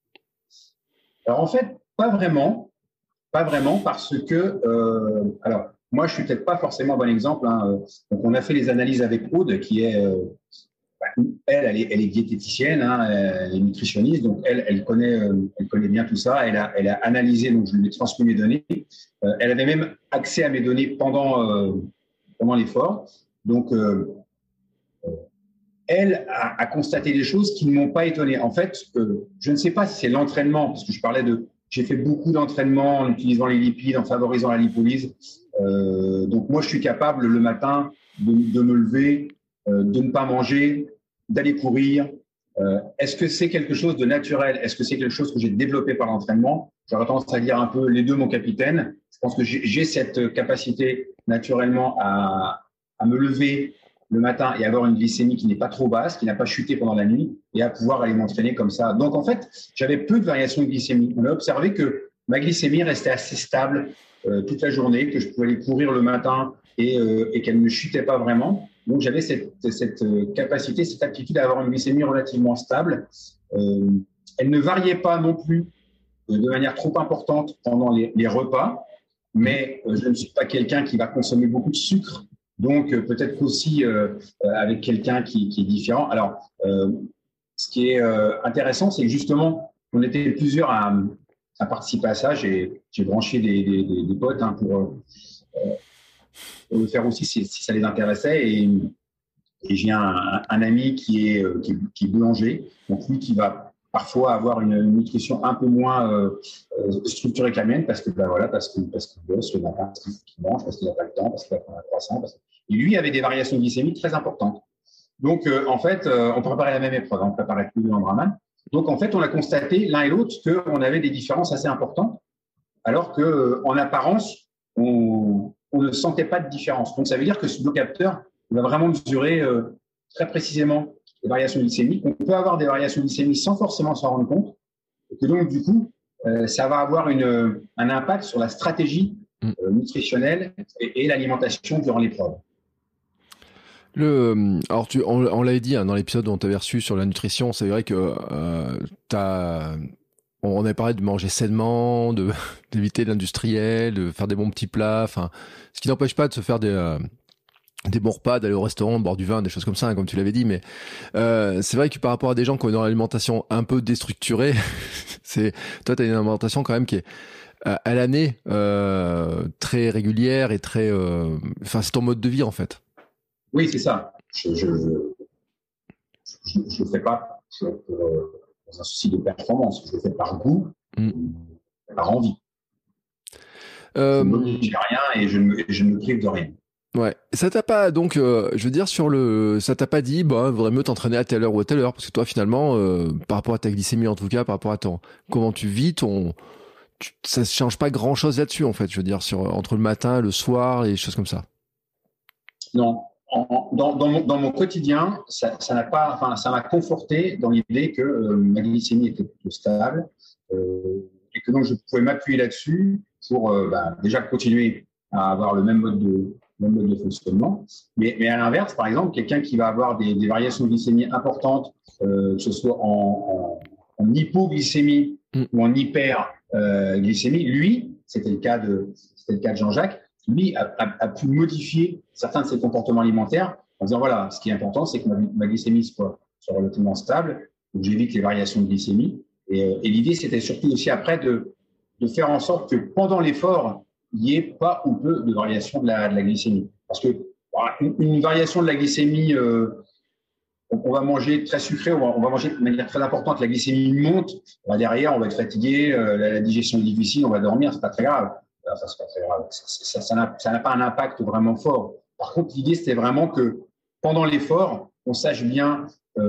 Alors, en fait, pas vraiment. Pas vraiment parce que, alors, moi, je suis peut-être pas forcément un bon exemple. Hein. Donc, on a fait les analyses avec Aude, qui est, elle est diététicienne, hein, elle est nutritionniste, donc elle connaît bien tout ça. Elle a analysé, donc je lui ai transmis mes données. Elle avait même accès à mes données pendant l'effort. Donc, elle a constaté des choses qui ne m'ont pas étonné. En fait, je ne sais pas si c'est l'entraînement, parce que j'ai fait beaucoup d'entraînement en utilisant les lipides, en favorisant la lipolyse. Donc, moi, je suis capable le matin de me lever, de ne pas manger, d'aller courir. Est-ce que c'est quelque chose de naturel? Est-ce que c'est quelque chose que j'ai développé par l'entraînement? J'aurais tendance à dire un peu les deux, mon capitaine. Je pense que j'ai cette capacité naturellement à me lever le matin et avoir une glycémie qui n'est pas trop basse, qui n'a pas chuté pendant la nuit, et à pouvoir aller m'entraîner comme ça. Donc, en fait, j'avais peu de variations de glycémie. On a observé que ma glycémie restait assez stable toute la journée, que je pouvais aller courir le matin et qu'elle ne chutait pas vraiment. Donc, j'avais cette capacité, cette aptitude à avoir une glycémie relativement stable. Elle ne variait pas non plus de manière trop importante pendant les repas, mais je ne suis pas quelqu'un qui va consommer beaucoup de sucre. Donc, peut-être qu'aussi avec quelqu'un qui est différent. Alors, ce qui est intéressant, c'est que justement, on était plusieurs à participer à ça. J'ai branché des potes hein, pour le faire aussi si ça les intéressait. Et j'ai un ami qui est boulanger, donc lui qui va parfois avoir une nutrition un peu moins structurée que la mienne parce qu'il bosse le matin, parce qu'il mange, parce qu'il n'a pas le temps, parce qu'il a pas un croissant. Et lui avait des variations glycémiques très importantes. Donc, en fait, on préparait la même épreuve, on préparait tous les deux en Brahman. Donc, en fait, on a constaté l'un et l'autre qu'on avait des différences assez importantes, alors qu'en apparence, on ne sentait pas de différence. Donc, ça veut dire que ce biocapteur va vraiment mesurer très précisément des variations glycémiques. On peut avoir des variations glycémiques sans forcément s'en rendre compte. Et que donc, du coup, ça va avoir un impact sur la stratégie nutritionnelle et l'alimentation durant l'épreuve.
Alors on l'avait dit dans l'épisode où on t'avait reçu sur la nutrition, c'est vrai que on avait parlé de manger sainement, d'éviter l'industriel, de faire des bons petits plats, enfin, ce qui n'empêche pas de se faire des bons repas, d'aller au restaurant, de boire du vin, des choses comme ça, hein, comme tu l'avais dit, mais c'est vrai que par rapport à des gens qui ont une alimentation un peu déstructurée, toi t'as une alimentation quand même qui est à l'année très régulière et très, enfin c'est ton mode de vie en fait.
Oui, c'est ça. Je le fais pas dans un souci de performance. Je le fais par goût, par envie. Je ne m'oblige à rien et je ne me prive de rien.
Ouais. Ça t'a pas, donc, je veux dire, ça t'a pas dit, bah, vaudrait mieux t'entraîner à telle heure ou à telle heure, parce que toi, finalement, par rapport à ta glycémie, en tout cas, par rapport à comment tu vis, ça change pas grand chose là-dessus, en fait, je veux dire, entre le matin, le soir, et des choses comme ça.
Non. Dans mon quotidien, ça m'a conforté dans l'idée que ma glycémie était plutôt stable et que donc je pouvais m'appuyer là-dessus pour déjà continuer à avoir le même mode de fonctionnement. Mais à l'inverse, par exemple, quelqu'un qui va avoir des variations de glycémie importantes, que ce soit en hypoglycémie ou en hyperglycémie, lui, c'était le cas de Jean-Jacques, lui a pu modifier certains de ses comportements alimentaires en disant voilà, ce qui est important, c'est que ma glycémie soit relativement stable, donc j'évite les variations de glycémie. Et l'idée, c'était surtout aussi après de faire en sorte que pendant l'effort, il n'y ait pas ou peu de variation de la glycémie. Parce que une variation de la glycémie, on va manger très sucré, on va manger de manière très importante, la glycémie monte, derrière, on va être fatigué, la digestion est difficile, on va dormir, c'est pas très grave. Enfin, c'est pas très grave. Ça n'a pas un impact vraiment fort. Par contre, l'idée, c'était vraiment que pendant l'effort, on sache bien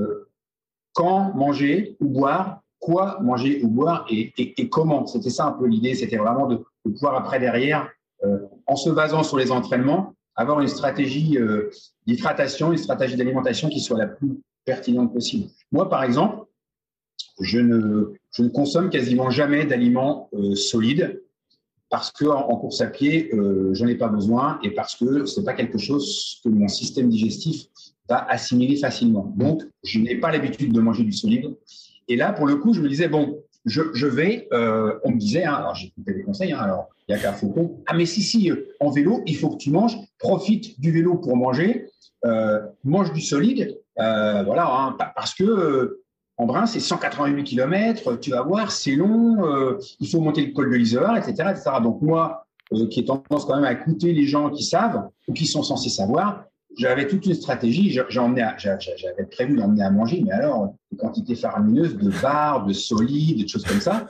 quand manger ou boire, quoi manger ou boire et comment. C'était ça un peu l'idée. C'était vraiment de pouvoir après derrière, en se basant sur les entraînements, avoir une stratégie d'hydratation, une stratégie d'alimentation qui soit la plus pertinente possible. Moi, par exemple, je ne consomme quasiment jamais d'aliments solides. Parce qu'en course à pied, j'en ai pas besoin et parce que c'est pas quelque chose que mon système digestif va assimiler facilement. Donc, je n'ai pas l'habitude de manger du solide. Et là, pour le coup, je me disais, bon, je vais, on me disait, hein, alors j'écoutais des conseils, hein, alors il y a qu'à Faucon, ah mais si, en vélo, il faut que tu manges, profite du vélo pour manger, mange du solide, voilà, hein, parce que… En Brun, c'est 188 km, tu vas voir, c'est long, il faut monter le col de l'Isoard, etc., etc. Donc moi, qui ai tendance quand même à écouter les gens qui savent ou qui sont censés savoir, j'avais toute une stratégie, j'avais prévu d'emmener à manger, mais alors, des quantités faramineuses de barres, de solides, de choses comme ça.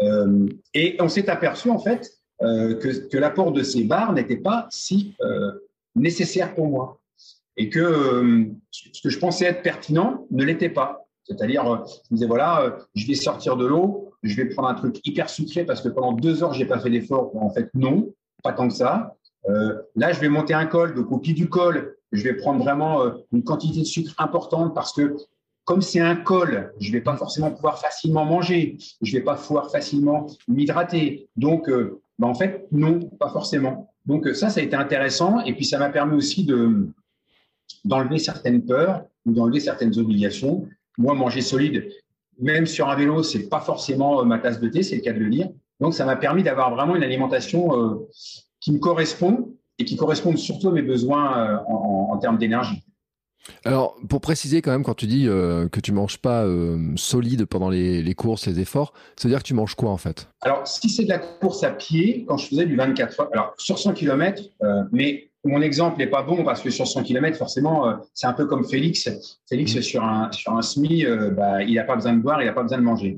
Et on s'est aperçu, en fait, que l'apport de ces barres n'était pas si nécessaire pour moi. Et que ce que je pensais être pertinent ne l'était pas. C'est-à-dire, je me disais, voilà, je vais sortir de l'eau, je vais prendre un truc hyper sucré parce que pendant 2 heures, je n'ai pas fait d'effort. En fait, non, pas tant que ça. Là, je vais monter un col, donc au pied du col, je vais prendre vraiment une quantité de sucre importante parce que comme c'est un col, je ne vais pas forcément pouvoir facilement manger, je ne vais pas pouvoir facilement m'hydrater. Donc, en fait, non, pas forcément. Donc ça a été intéressant et puis ça m'a permis aussi d'enlever certaines peurs ou d'enlever certaines obligations. Moi, manger solide, même sur un vélo, c'est pas forcément ma tasse de thé, c'est le cas de le dire. Donc, ça m'a permis d'avoir vraiment une alimentation qui me correspond et qui correspond surtout à mes besoins en termes d'énergie.
Alors, pour préciser quand même, quand tu dis que tu manges pas solide pendant les courses, les efforts, ça veut dire que tu manges quoi en fait? Alors,
si c'est de la course à pied, quand je faisais du 24 heures, alors sur 100 km, mais mon exemple n'est pas bon parce que sur 100 km, forcément, c'est un peu comme Félix. Félix, sur un semi, il n'a pas besoin de boire, il n'a pas besoin de manger.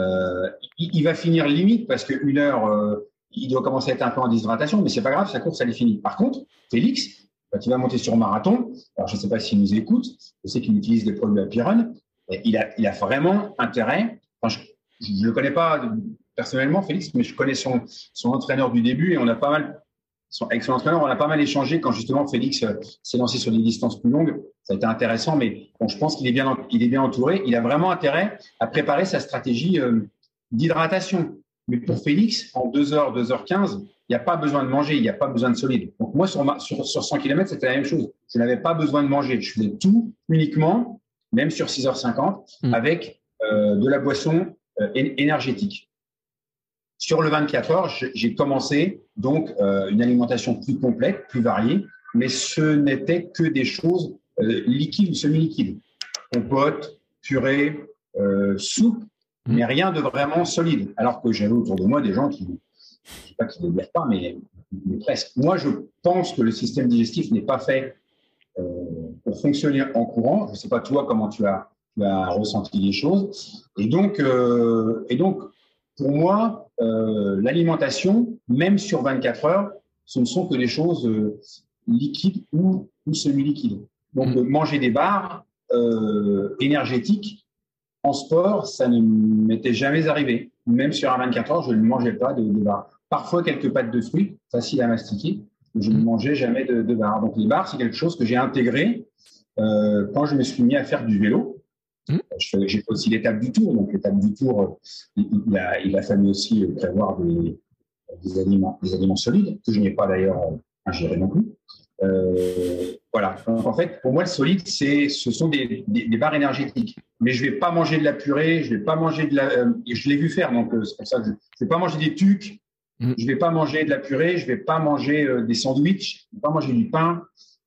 Il va finir limite parce qu'une heure, il doit commencer à être un peu en déshydratation, mais c'est pas grave, sa course, elle est finie. Par contre, Félix, quand il va monter sur marathon, alors je ne sais pas s'il nous écoute, je sais qu'il utilise des produits Apeiron, il a vraiment intérêt, enfin, je ne le connais pas personnellement, Félix, mais je connais son entraîneur du début et on a pas mal… Avec son entraîneur, on a pas mal échangé quand justement Félix s'est lancé sur des distances plus longues. ça a été intéressant, mais bon, je pense qu'il est bien entouré. Il a vraiment intérêt à préparer sa stratégie d'hydratation. Mais pour Félix, en 2h, 2h15, il n'y a pas besoin de manger, il n'y a pas besoin de solide. Donc moi, sur 100 km, c'était la même chose. Je n'avais pas besoin de manger. Je faisais tout uniquement, même sur 6h50, avec de la boisson énergétique. Sur le 24 heures, j'ai commencé donc une alimentation plus complète, plus variée, mais ce n'était que des choses liquides ou semi-liquides. Compote, purée, soupe, mais rien de vraiment solide. Alors que j'avais autour de moi des gens qui, je ne sais pas qui ne délirent pas, mais presque. Moi, je pense que le système digestif n'est pas fait pour fonctionner en courant. Je ne sais pas toi comment tu as ressenti les choses. Et donc pour moi, l'alimentation, même sur 24 heures, ce ne sont que des choses liquides ou semi-liquides. Donc manger des barres énergétiques en sport, ça ne m'était jamais arrivé. Même sur un 24 heures, je ne mangeais pas de barres. Parfois, quelques pâtes de fruits, facile à mastiquer, mais je ne mangeais jamais de barres. Donc, les barres, c'est quelque chose que j'ai intégré quand je me suis mis à faire du vélo. J'ai fait aussi l'étape du Tour. Donc, l'étape du Tour, il a fallu aussi prévoir des aliments solides, que je n'ai pas d'ailleurs ingéré non plus. Voilà. Donc, en fait, pour moi, le solide, ce sont des barres énergétiques. Mais je ne vais pas manger de la purée, je ne vais pas manger je l'ai vu faire, donc c'est pour ça que je ne vais pas manger des tucs, je ne vais pas manger de la purée, je ne vais pas manger des sandwichs, je ne vais pas manger du pain,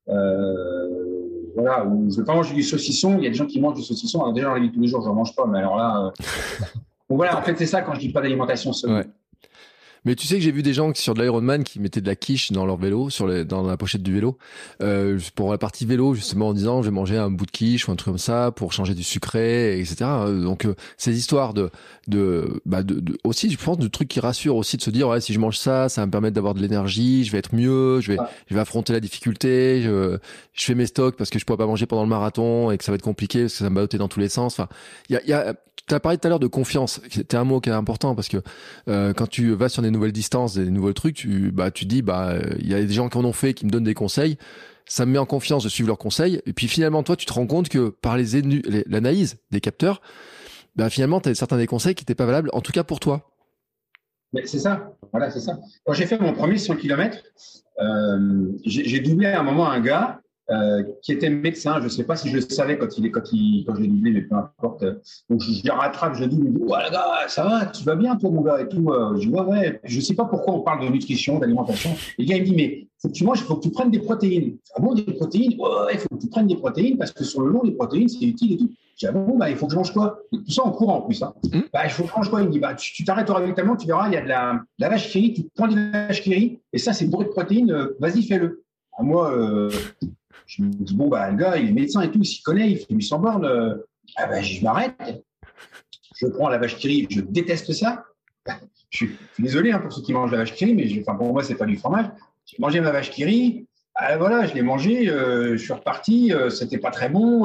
voilà, ou je ne vais pas manger du saucisson. Il y a des gens qui mangent du saucisson. Alors déjà, dans la vie de tous les jours, je n'en mange pas, mais alors là. Donc voilà, en fait, c'est ça quand je dis pas d'alimentation solide.
Ouais. Mais tu sais que j'ai vu des gens sur de l'Ironman qui mettaient de la quiche dans leur vélo, dans la pochette du vélo, pour la partie vélo, justement, en disant je vais manger un bout de quiche ou un truc comme ça pour changer du sucré, etc. Donc ces histoires aussi, je pense, de trucs qui rassurent aussi, de se dire ouais, si je mange ça, ça va me permettre d'avoir de l'énergie, je vais être mieux, je vais affronter la difficulté, je fais mes stocks parce que je pourrais pas manger pendant le marathon et que ça va être compliqué parce que ça me baloter dans tous les sens. Enfin, tu as parlé tout à l'heure de confiance. C'était un mot qui est important parce que quand tu vas sur des nouvelles distances, des nouveaux trucs, tu dis il y a des gens qui en ont fait, qui me donnent des conseils. Ça me met en confiance de suivre leurs conseils. Et puis finalement, toi, tu te rends compte que par l'analyse des capteurs, finalement, tu as certains des conseils qui n'étaient pas valables, en tout cas pour toi.
Mais c'est ça. Voilà, c'est ça. Quand j'ai fait mon premier 100 km, j'ai doublé à un moment un gars qui était médecin. Je ne sais pas si je le savais quand je l'ai doublé, mais peu importe. Donc, je le rattrape, je lui dis, ouais, gars, ça va, tu vas bien, toi, mon gars, et tout. Je dis, ouais. Je ne sais pas pourquoi on parle de nutrition, d'alimentation. Et le gars, il me dit, mais faut que tu manges, il faut que tu prennes des protéines. Ah bon, des protéines? Ouais, il faut que tu prennes des protéines parce que sur le long, les protéines, c'est utile et tout. Je dis, ah bon, il faut que je mange quoi? Et tout ça en courant en plus. Hein. Il faut que je mange quoi? Il me dit, tu t'arrêtes au ravitaillement, tu verras, il y a de la vache qui rit, tu prends des vaches qui rit, et ça, c'est bourré de protéines, vas-y, fais-le. Moi, je me dis, le gars, il est médecin et tout, il s'y connaît, il fait 800 bornes. Je m'arrête. Je prends la vache qui rit, je déteste ça. Je suis désolé pour ceux qui mangent la vache qui rit, mais pour moi, c'est pas du fromage. J'ai mangé ma vache qui rit. Voilà, je l'ai mangé, je suis reparti, c'était pas très bon.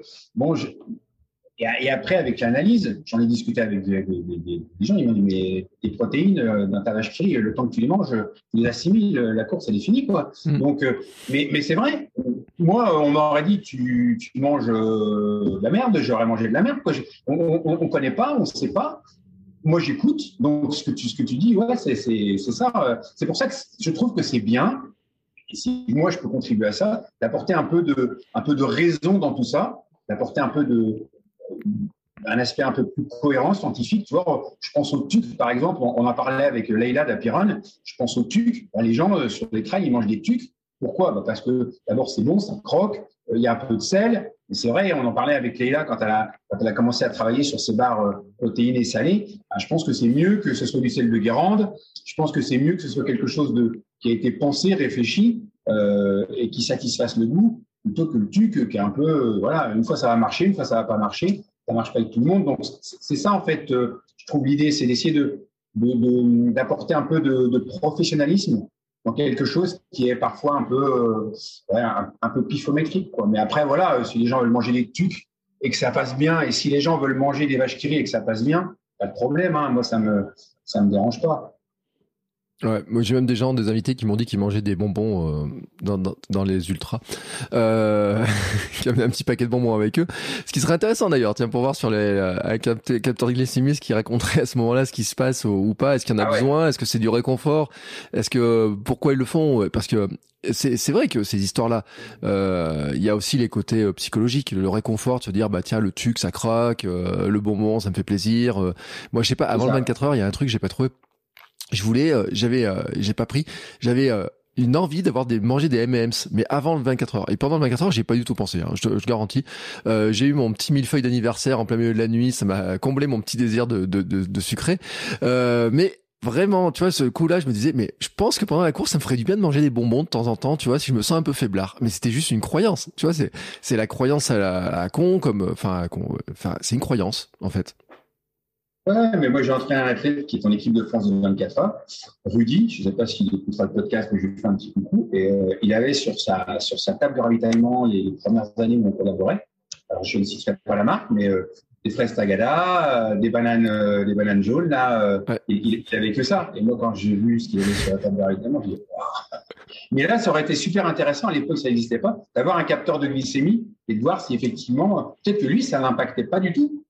Et après, avec l'analyse, j'en ai discuté avec des gens, ils m'ont dit, mais tes protéines dans ta vache qui rit, le temps que tu les manges, tu les assimiles, la course, elle est finie, quoi. Donc, mais c'est vrai. Moi, on m'aurait dit, tu manges de la merde, j'aurais mangé de la merde, quoi. On connaît pas, on sait pas. Moi, j'écoute. Donc, ce que tu dis, ouais, c'est ça. C'est pour ça que je trouve que c'est bien. Et si moi, je peux contribuer à ça, d'apporter un peu de raison dans tout ça, d'apporter un aspect un peu plus cohérent, scientifique. Tu vois, je pense au tuc, par exemple. On en parlait avec Leïla d'Apiron. Je pense au tuc. Les gens, sur les trails, ils mangent des tucs. Pourquoi? Parce que d'abord, c'est bon, ça croque. Il y a un peu de sel. Et c'est vrai, on en parlait avec Leïla quand elle a commencé à travailler sur ces barres protéinées et salées. Je pense que c'est mieux que ce soit du sel de Guérande. Je pense que c'est mieux que ce soit quelque chose qui a été pensé, réfléchi et qui satisfasse le goût, plutôt que le tuc qui est un peu, une fois ça va marcher, une fois ça va pas marcher. Ça marche pas avec tout le monde. Donc, c'est ça, en fait, je trouve l'idée, c'est d'essayer d'apporter un peu de professionnalisme dans quelque chose qui est parfois un peu pifométrique, quoi. Mais après, si les gens veulent manger des tucs et que ça passe bien, et si les gens veulent manger des vaches qui rient et que ça passe bien, pas de problème, hein. Moi, ça me dérange pas.
Ouais, moi j'ai même des invités qui m'ont dit qu'ils mangeaient des bonbons dans les ultras, qui avaient un petit paquet de bonbons avec eux. Ce qui serait intéressant d'ailleurs, tiens, pour voir sur avec un capteur de glycémie, ce qui raconterait à ce moment-là ce qui se passe ou pas. Est-ce qu'il y en a besoin? Est-ce que c'est du réconfort? Pourquoi ils le font? Parce que c'est vrai que ces histoires-là, il y a aussi les côtés psychologiques, le réconfort, de se dire bah tiens le tuc ça craque, le bonbon ça me fait plaisir. Moi je sais pas, avant le 24 heures, il y a un truc que j'ai pas trouvé. J'ai pas pris, j'avais une envie manger des M&M's, mais avant le 24 heures. Et pendant le 24 heures, j'ai pas du tout pensé, hein, je garantis. J'ai eu mon petit millefeuille d'anniversaire en plein milieu de la nuit, ça m'a comblé mon petit désir de sucré. Mais vraiment, tu vois, ce coup-là, je me disais, mais je pense que pendant la course, ça me ferait du bien de manger des bonbons de temps en temps, tu vois, si je me sens un peu faiblard. Mais c'était juste une croyance, tu vois, c'est la croyance à la con, c'est une croyance, en fait.
Ouais, mais moi j'ai entraîné un athlète qui est en équipe de France de 24 heures, Rudy, je ne sais pas s'il écoutera le podcast, mais je lui fais un petit coucou, et il avait sur sa table de ravitaillement les premières années où on collaborait, alors je ne citerai pas la marque, mais des fraises Tagada, des bananes jaunes, là,
Ouais.
il avait que ça. Et moi quand j'ai vu ce qu'il y avait sur la table de ravitaillement, je dis waouh. Mais là, ça aurait été super intéressant, à l'époque ça n'existait pas, d'avoir un capteur de glycémie et de voir si effectivement, peut-être que lui, ça n'impactait pas du tout.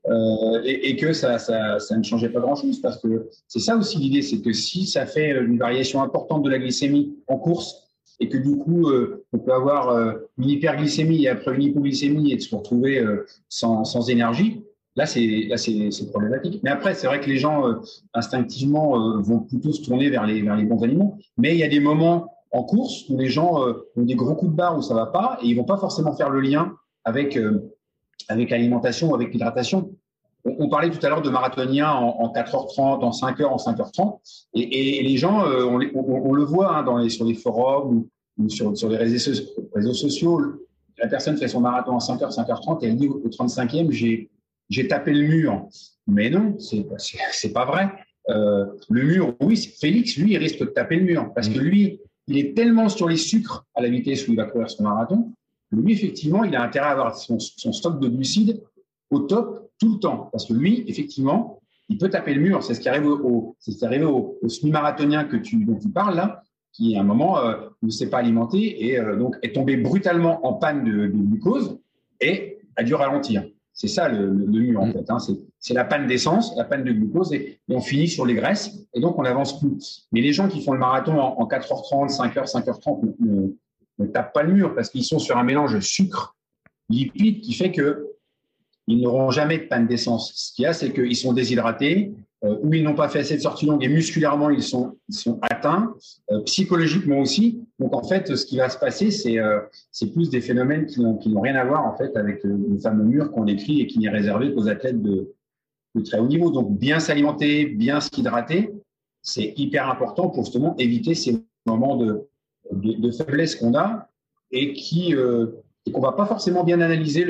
Et que ça ne changeait pas grand-chose, parce que c'est ça aussi l'idée, c'est que si ça fait une variation importante de la glycémie en course et que du coup on peut avoir une hyperglycémie et après une hypoglycémie et de se retrouver sans énergie, là c'est problématique. Mais après c'est vrai que les gens instinctivement vont plutôt se tourner vers les bons aliments, mais il y a des moments en course où les gens ont des gros coups de barre où ça va pas et ils vont pas forcément faire le lien avec l'alimentation ou avec l'hydratation. On parlait tout à l'heure de marathoniens en 4h30, en 5h, en 5h30. Et les gens, on le voit hein, sur les forums ou sur les réseaux sociaux. La personne fait son marathon en 5h, 5h30 et elle dit au 35e, j'ai tapé le mur. Mais non, c'est pas vrai. Le mur, oui, Félix, lui, il risque de taper le mur parce que lui, il est tellement sur les sucres à la vitesse où il va courir son marathon. Lui, effectivement, il a intérêt à avoir son stock de glucides au top tout le temps. Parce que lui, effectivement, il peut taper le mur. C'est ce qui arrive au semi-marathonien dont tu parles là, qui à un moment ne s'est pas alimenté et donc est tombé brutalement en panne de glucose et a dû ralentir. C'est ça le mur en fait. Hein. C'est la panne d'essence, la panne de glucose et on finit sur les graisses et donc on n'avance plus. Mais les gens qui font le marathon en 4h30, 5h, 5h30 ne tapent pas le mur parce qu'ils sont sur un mélange sucre-lipide qui fait qu'ils n'auront jamais de panne d'essence. Ce qu'il y a, c'est qu'ils sont déshydratés ou ils n'ont pas fait assez de sorties longues et musculairement, ils sont atteints, psychologiquement aussi. Donc, en fait, ce qui va se passer, c'est plus des phénomènes qui n'ont rien à voir en fait, avec le fameux mur qu'on décrit et qui n'est réservé qu'aux athlètes de très haut niveau. Donc, bien s'alimenter, bien s'hydrater, c'est hyper important pour justement éviter ces moments de faiblesse qu'on a et qu'on va pas forcément bien analyser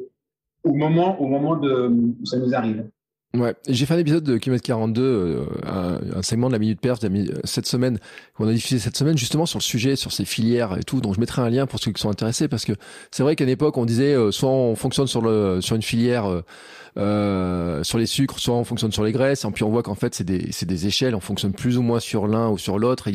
au moment où ça nous arrive.
Ouais, j'ai fait un épisode de Kilomètre 42, un segment de la Minute Perf cette semaine, qu'on a diffusé cette semaine justement sur le sujet, sur ces filières et tout, donc je mettrai un lien pour ceux qui sont intéressés parce que c'est vrai qu'à une époque on disait soit on fonctionne sur une filière sur les sucres, soit on fonctionne sur les graisses, et puis on voit qu'en fait c'est des échelles, on fonctionne plus ou moins sur l'un ou sur l'autre, et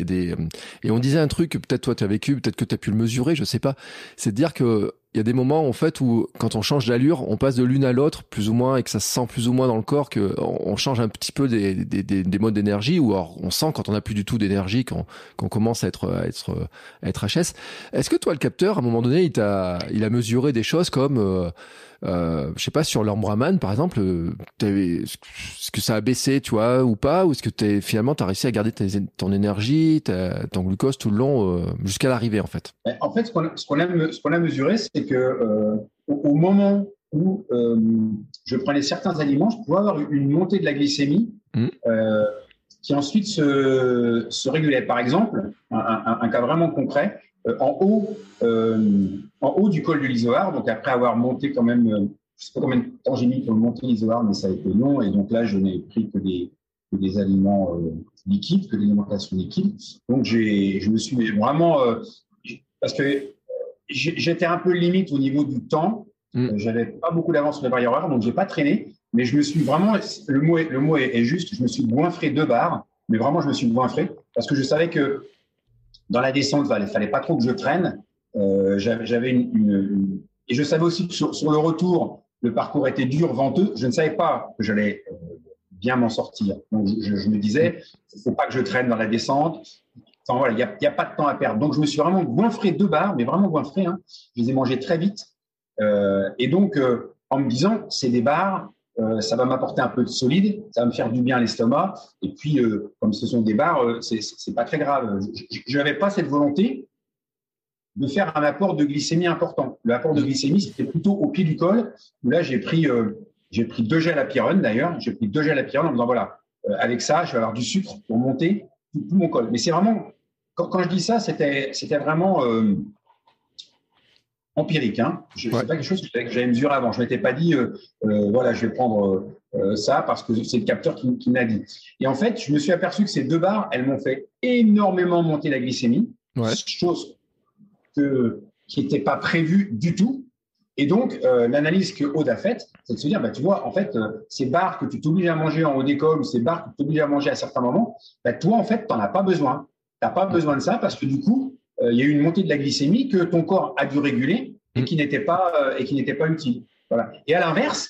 et on disait un truc que peut-être toi tu as vécu, peut-être que tu as pu le mesurer, je sais pas, c'est de dire que il y a des moments en fait où quand on change d'allure, on passe de l'une à l'autre plus ou moins et que ça se sent plus ou moins dans le corps que on change un petit peu des modes d'énergie ou alors on sent quand on n'a plus du tout d'énergie qu'on commence à être HS. Est-ce que toi le capteur à un moment donné il a mesuré des choses comme je sais pas sur l'Ambraman par exemple, est-ce que ça a baissé tu vois ou pas, ou est-ce que finalement t'as réussi à garder ton énergie, ton glucose tout le long jusqu'à l'arrivée en fait?
En fait, ce qu'on a mesuré, c'est que au moment où je prenais certains aliments, je pouvais avoir une montée de la glycémie qui ensuite se régulait. Par exemple, un cas vraiment concret, en haut du col de l'Izoard, donc après avoir monté quand même, je ne sais pas combien de temps j'ai mis pour monter l'Izoard, mais ça a été long, et donc là, je n'ai pris que des aliments liquides, que de l'alimentation liquide. Donc, je me suis vraiment... parce que j'étais un peu limite au niveau du temps. J'avais pas beaucoup d'avance sur les barrières horaires, donc j'ai pas traîné. Mais je me suis vraiment, le mot est juste, je me suis goinfré 2 barres mais vraiment, je me suis goinfré parce que je savais que dans la descente, il fallait pas trop que je traîne. J'avais et je savais aussi que sur le retour, le parcours était dur, venteux. Je ne savais pas que j'allais bien m'en sortir. Donc, je me disais, il ne faut pas que je traîne dans la descente. Enfin, voilà, il n'y a pas de temps à perdre. Donc, je me suis vraiment goinfré 2 barres, mais vraiment goinfré. Hein. Je les ai mangées très vite. Et donc, en me disant, c'est des barres, ça va m'apporter un peu de solide, ça va me faire du bien à l'estomac. Et puis, comme ce sont des barres, c'est pas très grave. Je n'avais pas cette volonté de faire un apport de glycémie important. L'apport de glycémie, c'était plutôt au pied du col, où là, j'ai pris 2 gels à Pyrone, d'ailleurs. J'ai pris 2 gels à Pyrone en me disant, voilà, avec ça, je vais avoir du sucre pour monter tout mon col. Mais c'est vraiment, quand je dis ça, c'était vraiment empirique. Hein. C'est pas quelque chose que j'avais mesuré avant. Je ne m'étais pas dit, voilà, je vais prendre ça parce que c'est le capteur qui m'a dit. Et en fait, je me suis aperçu que ces 2 barres, elles m'ont fait énormément monter la glycémie, chose qui n'était pas prévue du tout. Et donc, l'analyse que Aude a faite, c'est de se dire, tu vois, en fait, ces barres que tu t'obliges à manger en haut d'école ou ces barres que tu t'obliges à manger à certains moments, toi, en fait, tu n'en as pas besoin. Tu n'as pas besoin de ça parce que du coup, il y a eu une montée de la glycémie que ton corps a dû réguler et qui n'était pas utile. Voilà. Et à l'inverse,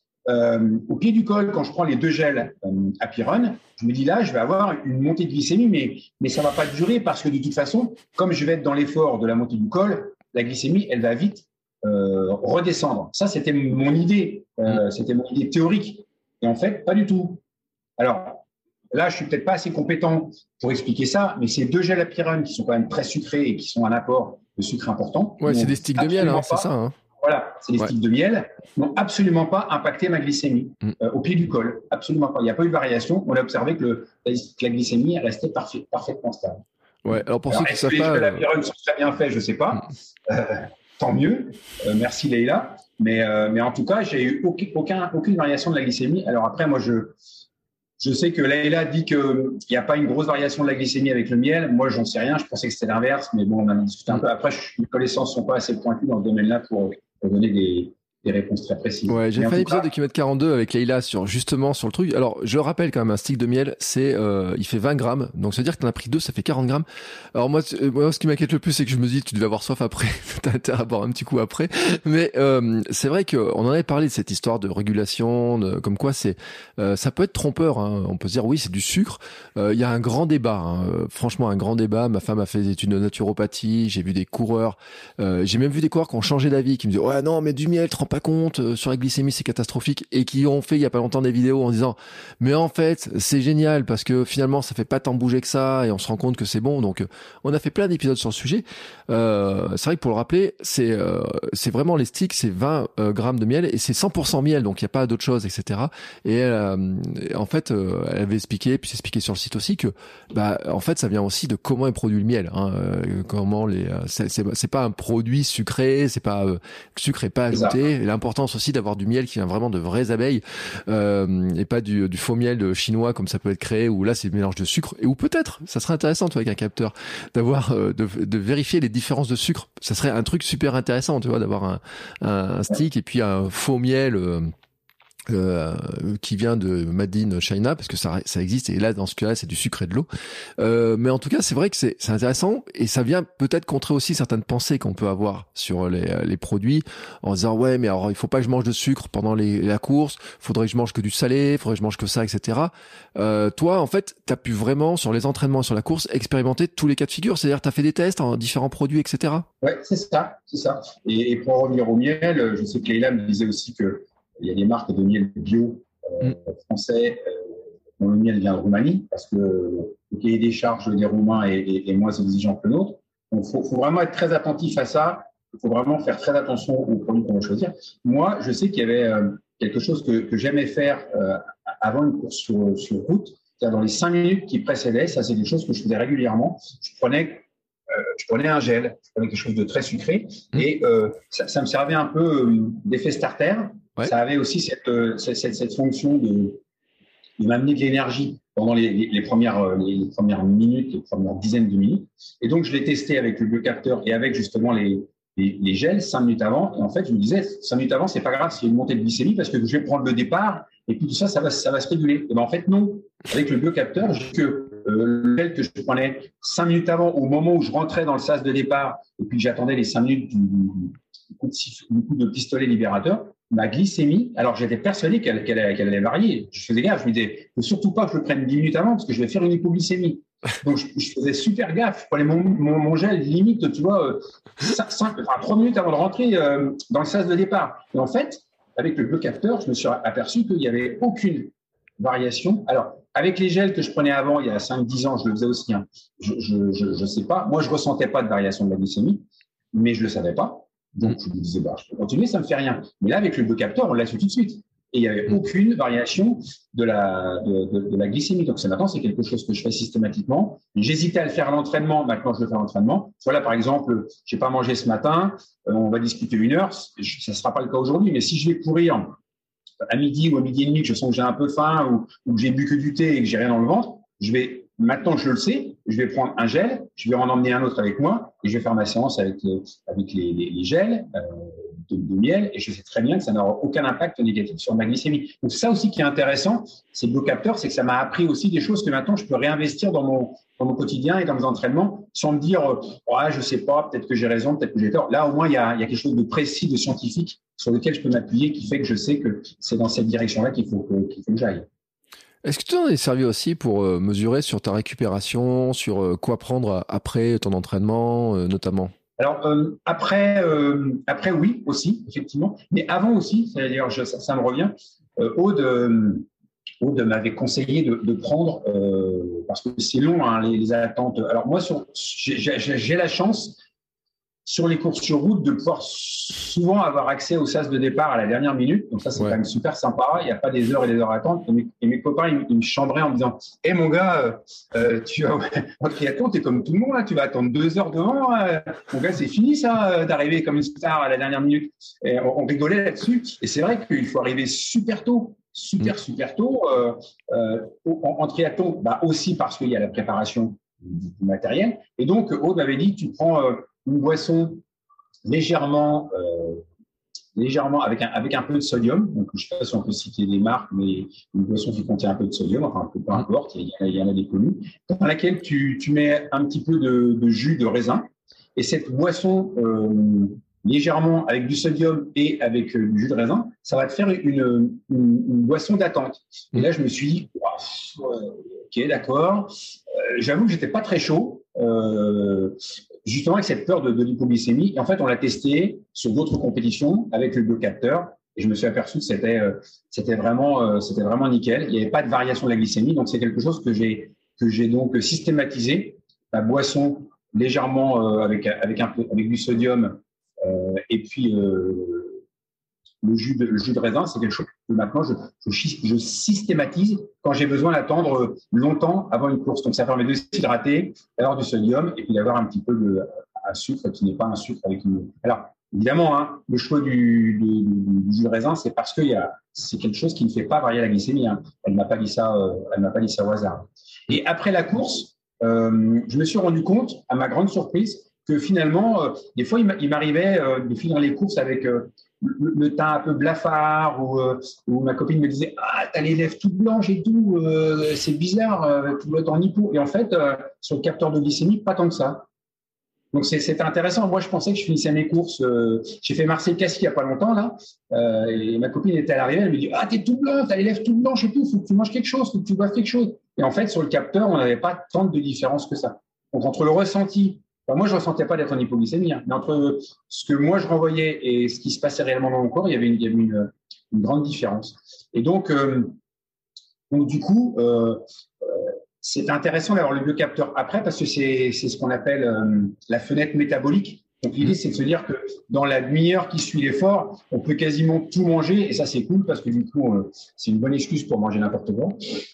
au pied du col, quand je prends les 2 gels à Pyrone, je me dis là, je vais avoir une montée de glycémie, mais ça ne va pas durer parce que de toute façon, comme je vais être dans l'effort de la montée du col, la glycémie, elle va vite redescendre. Ça, c'était mon idée, c'était mon idée théorique. Et en fait, pas du tout. Alors, là, je suis peut-être pas assez compétent pour expliquer ça, mais ces 2 gels à Pyrone qui sont quand même très sucrés et qui sont un apport de sucre important.
Ouais, c'est des sticks de miel, hein, c'est ça. Hein.
Voilà, c'est des sticks de miel, n'ont absolument pas impacté ma glycémie au pied du col. Absolument pas. Il n'y a pas eu de variation. On a observé que la glycémie restait parfaitement stable.
Ouais, alors pour ceux qui ne savent pas.
Les gels à Pyrone sont très bien faits, je ne sais pas. Tant mieux. Merci Leïla. Mais en tout cas, j'ai eu aucune variation de la glycémie. Alors après, moi, je sais que Leïla dit qu'il n'y a pas une grosse variation de la glycémie avec le miel. Moi, j'en sais rien. Je pensais que c'était l'inverse. Mais bon, on en a discuté un peu. Après, mes connaissances ne sont pas assez pointues dans ce domaine-là pour donner des réponses très précises.
Ouais, j'ai fait un épisode de Kilomètre 42 avec Leïla sur le truc. Alors, je rappelle quand même, un stick de miel, il fait 20 grammes. Donc, ça veut dire que tu en as pris 2, ça fait 40 grammes. Alors, moi, ce qui m'inquiète le plus, c'est que je me dis, tu devais avoir soif après. T'as intérêt à boire un petit coup après. Mais, c'est vrai qu'on en avait parlé de cette histoire de régulation, comme quoi ça peut être trompeur, hein. On peut se dire, oui, c'est du sucre. Il y a un grand débat, hein. Franchement, un grand débat. Ma femme a fait des études de naturopathie. J'ai vu des coureurs. J'ai même vu des coureurs qui ont changé d'avis, qui me disaient, ouais, non, mais du miel, tu te rends pas compte, sur la glycémie c'est catastrophique, et qui ont fait il y a pas longtemps des vidéos en disant mais en fait c'est génial parce que finalement ça fait pas tant bouger que ça et on se rend compte que c'est bon. Donc on a fait plein d'épisodes sur le sujet. C'est vrai que pour le rappeler, c'est vraiment les sticks, c'est 20 grammes de miel et c'est 100% miel, donc il y a pas d'autre chose, etc. Et en fait elle avait expliqué, puis c'est expliqué sur le site aussi, que en fait ça vient aussi de comment est produit le miel, hein. Comment c'est pas un produit sucré, c'est pas sucre est pas ajouté. L'importance aussi d'avoir du miel qui vient vraiment de vraies abeilles, et pas du faux miel chinois comme ça peut être créé, où là c'est le mélange de sucre, et où peut-être ça serait intéressant, toi, avec un capteur, d'avoir de vérifier les différences de sucre. Ça serait un truc super intéressant, tu vois, d'avoir un stick et puis un faux miel qui vient de Made in China, parce que ça existe, et là dans ce cas-là c'est du sucre et de l'eau, mais en tout cas c'est vrai que c'est intéressant, et ça vient peut-être contrer aussi certaines pensées qu'on peut avoir sur les produits, en disant ouais, mais alors il faut pas que je mange de sucre pendant la course, faudrait que je mange que du salé, faudrait que je mange que ça, etc. Toi en fait t'as pu vraiment sur les entraînements et sur la course expérimenter tous les cas de figure, c'est-à-dire t'as fait des tests en différents produits, etc.
Ouais, c'est ça. Et pour en revenir au miel, je sais que Leïla me disait aussi que il y a des marques de miel bio français dont le miel vient de Roumanie, parce que le cahier des charges des Roumains est moins exigeant que le nôtre. Donc, il faut vraiment être très attentif à ça. Il faut vraiment faire très attention aux produits qu'on va choisir. Moi, je sais qu'il y avait quelque chose que j'aimais faire avant une course sur route, c'est-à-dire dans les 5 minutes qui précédaient. Ça, c'est quelque chose que je faisais régulièrement. Je prenais un gel, je prenais quelque chose de très sucré, et ça me servait un peu d'effet starter. Ouais. Ça avait aussi cette fonction de m'amener de l'énergie pendant les premières minutes, les premières dizaines de minutes. Et donc, je l'ai testé avec le biocapteur et avec justement les gels 5 minutes avant. Et en fait, je me disais, 5 minutes avant, c'est pas grave s'il y a une montée de glycémie parce que je vais prendre le départ et puis tout ça, ça va se réguler. Et ben en fait, non. Avec le biocapteur, j'ai que le gel que je prenais 5 minutes avant, au moment où je rentrais dans le sas de départ, et puis que j'attendais les 5 minutes du coup de pistolet libérateur, ma glycémie, alors j'étais persuadé qu'elle allait varier. Je faisais gaffe, je me disais, faut surtout pas que je le prenne 10 minutes avant parce que je vais faire une hypoglycémie. Donc je faisais super gaffe. Je prenais mon gel limite, tu vois, 3 minutes avant de rentrer dans le sas de départ. Et en fait, avec le biocapteur, je me suis aperçu qu'il n'y avait aucune variation. Alors, avec les gels que je prenais avant, il y a 5-10 ans, je le faisais aussi. Hein. Je sais pas. Moi, je ressentais pas de variation de la glycémie, mais je le savais pas. Donc, je me disais, je peux continuer, ça me fait rien. Mais là, avec le biocapteur, on l'a su tout de suite. Et il n'y avait aucune variation de la glycémie. Donc, maintenant, c'est quelque chose que je fais systématiquement. J'hésitais à le faire à l'entraînement. Maintenant, je le fais à l'entraînement. Voilà, par exemple, j'ai pas mangé ce matin. On va discuter 1 heure. Ça ne sera pas le cas aujourd'hui. Mais si je vais courir à midi ou à midi et demi, que je sens que j'ai un peu faim ou que j'ai bu que du thé et que j'ai rien dans le ventre, maintenant je le sais, je vais prendre un gel, je vais en emmener un autre avec moi et je vais faire ma séance avec les gels de miel et je sais très bien que ça n'aura aucun impact négatif sur ma glycémie. Donc c'est ça aussi qui est intéressant, c'est le biocapteur, c'est que ça m'a appris aussi des choses que maintenant je peux réinvestir dans mon quotidien et dans mes entraînements sans me dire je sais pas, peut-être que j'ai raison, peut-être que j'ai tort. Là au moins il y a quelque chose de précis, de scientifique sur lequel je peux m'appuyer qui fait que je sais que c'est dans cette direction-là qu'il faut que j'aille.
Est-ce que tu en es servi aussi pour mesurer sur ta récupération, sur quoi prendre après ton entraînement notamment?
Alors après oui aussi effectivement, mais avant aussi, c'est-à-dire ça me revient. Aude m'avait conseillé de prendre parce que c'est long les attentes. Alors moi j'ai la chance sur les courses sur route de pouvoir souvent avoir accès au sas de départ à la dernière minute. Donc ça, c'est quand même super sympa. Il n'y a pas des heures et des heures à attendre. Et mes copains, ils me chambraient en me disant « mon gars, en triathlon, t'es comme tout le monde, là, tu vas attendre 2 heures devant. Mon gars, c'est fini ça, d'arriver comme une star à la dernière minute. » Et on rigolait là-dessus. Et c'est vrai qu'il faut arriver super tôt. Super tôt. En triathlon, aussi parce qu'il y a la préparation du matériel. Et donc, Aude m'avait dit « Tu prends… une boisson légèrement avec un peu de sodium. Donc, je ne sais pas si on peut citer des marques, mais une boisson qui contient un peu de sodium, enfin, peu importe, il y en a des connues, dans laquelle tu mets un petit peu de jus de raisin. Et cette boisson, légèrement avec du sodium et avec du jus de raisin, ça va te faire une boisson d'attente. Et là, je me suis dit, ok, d'accord. J'avoue que j'étais pas très chaud. Justement avec cette peur de l'hypoglycémie. Et en fait, on l'a testé sur d'autres compétitions avec le biocapteur et je me suis aperçu que c'était vraiment nickel. Il n'y avait pas de variation de la glycémie, donc c'est quelque chose que j'ai donc systématisé. La boisson légèrement avec du sodium et puis le jus de raisin, c'est quelque chose que maintenant je systématise quand j'ai besoin d'attendre longtemps avant une course. Donc ça permet de s'hydrater, d'avoir du sodium et puis d'avoir un petit peu un sucre qui n'est pas un sucre avec une… Alors évidemment, le choix du jus de raisin, c'est parce que c'est quelque chose qui ne fait pas varier la glycémie. Elle m'a pas dit ça au hasard. Et après la course, je me suis rendu compte, à ma grande surprise, que finalement, des fois, il m'arrivait de finir les courses avec le teint un peu blafard ou ma copine me disait « t'as les lèvres toutes blanches et tout, c'est bizarre, tu dois être en hypo. » Et en fait, sur le capteur de glycémie, pas tant que ça. Donc, c'était intéressant. Moi, je pensais que je finissais mes courses. J'ai fait Marseille-Cassis il n'y a pas longtemps, là. Et ma copine était à l'arrivée. Elle me dit « t'es tout blanc, t'as les lèvres toutes blanches et tout. Il faut que tu manges quelque chose, il faut que tu boives quelque chose. » Et en fait, sur le capteur, on n'avait pas tant de différence que ça. Donc, entre le ressenti… moi, je ne ressentais pas d'être en hypoglycémie, mais entre ce que moi, je renvoyais et ce qui se passait réellement dans mon corps, il y avait une grande différence. Et donc du coup, c'est intéressant d'avoir le biocapteur après parce que c'est ce qu'on appelle la fenêtre métabolique. Donc, l'idée, c'est de se dire que dans la demi-heure qui suit l'effort, on peut quasiment tout manger. Et ça, c'est cool parce que du coup, c'est une bonne excuse pour manger n'importe quoi.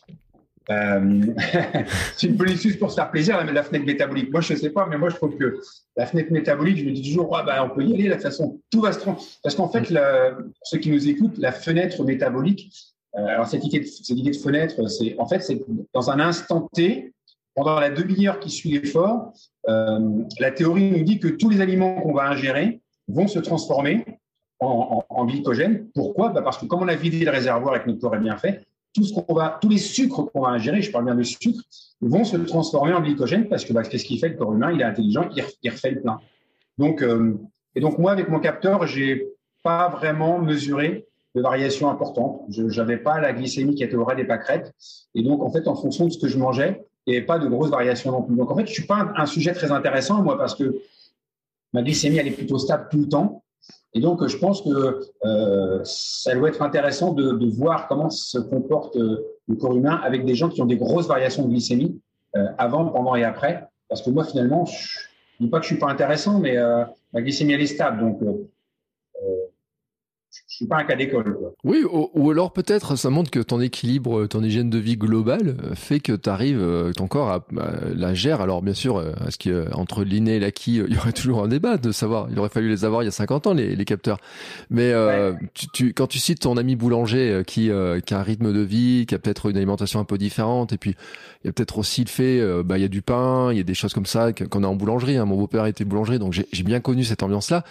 C'est une bonne excuse pour se faire plaisir, la fenêtre métabolique. Moi, je ne sais pas, mais moi, je trouve que la fenêtre métabolique, je me dis toujours, on peut y aller, de toute façon, tout va se transformer. Parce qu'en fait, pour ceux qui nous écoutent, la fenêtre métabolique, alors cette idée de fenêtre, c'est dans un instant T, pendant la demi-heure qui suit l'effort, la théorie nous dit que tous les aliments qu'on va ingérer vont se transformer en glycogène. Pourquoi ? Parce que comme on a vidé le réservoir et que notre corps est bien fait, tous les sucres qu'on va ingérer, je parle bien de sucre, vont se transformer en glycogène parce que qu'est-ce qui fait que le corps humain, il est intelligent, il refait le plein. Donc, moi, avec mon capteur, j'ai pas vraiment mesuré de variations importantes. Je n'avais pas la glycémie qui était au ras des pâquerettes. Et donc, en fait, en fonction de ce que je mangeais, il n'y avait pas de grosses variations non plus. Donc, en fait, je suis pas un sujet très intéressant, moi, parce que ma glycémie, elle est plutôt stable tout le temps. Et donc, je pense que ça doit être intéressant de voir comment se comporte le corps humain avec des gens qui ont des grosses variations de glycémie avant, pendant et après. Parce que moi, finalement, je ne dis pas que je ne suis pas intéressant, mais ma glycémie, elle est stable. Donc, je ne suis pas un cas d'école, quoi.
Oui, ou alors peut-être ça montre que ton équilibre, ton hygiène de vie globale fait que tu arrives, ton corps la gère. Alors bien sûr, est-ce qu'entre l'inné et l'acquis, il y aurait toujours un débat de savoir, il aurait fallu les avoir il y a 50 ans, les capteurs. Mais
Ouais.
quand tu cites ton ami boulanger qui a un rythme de vie, qui a peut-être une alimentation un peu différente, et puis il y a peut-être aussi le fait, il y a du pain, il y a des choses comme ça qu'on a en boulangerie, hein. Mon beau-père était boulanger, donc j'ai bien connu cette ambiance-là.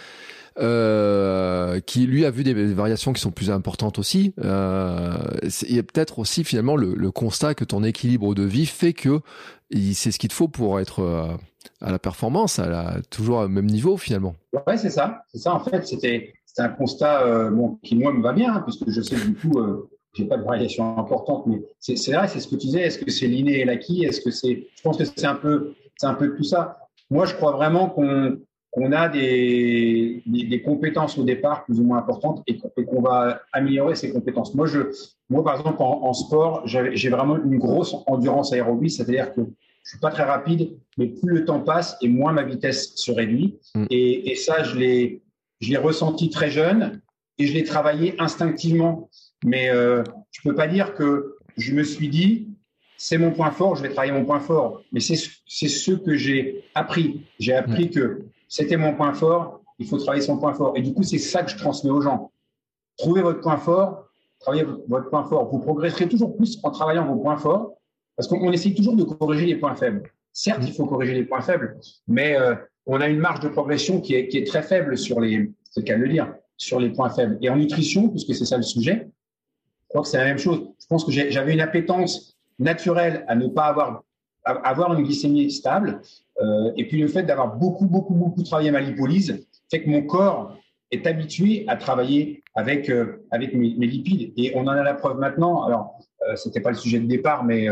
Qui lui a vu des variations qui sont plus importantes aussi. Il y a peut-être aussi finalement le constat que ton équilibre de vie fait que c'est ce qu'il te faut pour être à la performance, toujours au même niveau finalement.
Ouais, c'est ça. C'est ça, en fait, c'était un constat qui, moi, me va bien, hein, parce que je sais que du coup, j'ai pas de variation importante, mais c'est vrai, c'est ce que tu disais. Est-ce que c'est l'inné et l'acquis? Je pense que c'est un peu tout ça. Moi, je crois vraiment qu'on a des compétences au départ plus ou moins importantes et qu'on va améliorer ces compétences. Moi, par exemple, en sport, j'ai vraiment une grosse endurance aérobie, c'est-à-dire que je suis pas très rapide, mais plus le temps passe et moins ma vitesse se réduit.
Mm.
Et ça, je l'ai ressenti très jeune et je l'ai travaillé instinctivement. Mais je peux pas dire que je me suis dit, c'est mon point fort, je vais travailler mon point fort. Mais c'est ce que j'ai appris. J'ai appris que c'était mon point fort, il faut travailler son point fort. Et du coup, c'est ça que je transmets aux gens. Trouvez votre point fort, travaillez votre point fort. Vous progresserez toujours plus en travaillant vos points forts, parce qu'on essaye toujours de corriger les points faibles. Certes, il faut corriger les points faibles, mais on a une marge de progression qui est très faible c'est le cas de le dire, sur les points faibles. Et en nutrition, puisque c'est ça le sujet, je crois que c'est la même chose. Je pense que j'avais une appétence naturelle à ne pas avoir une glycémie stable. Et puis le fait d'avoir beaucoup travaillé ma lipolyse fait que mon corps est habitué à travailler avec mes lipides. Et on en a la preuve maintenant. Alors, c'était pas le sujet de départ, mais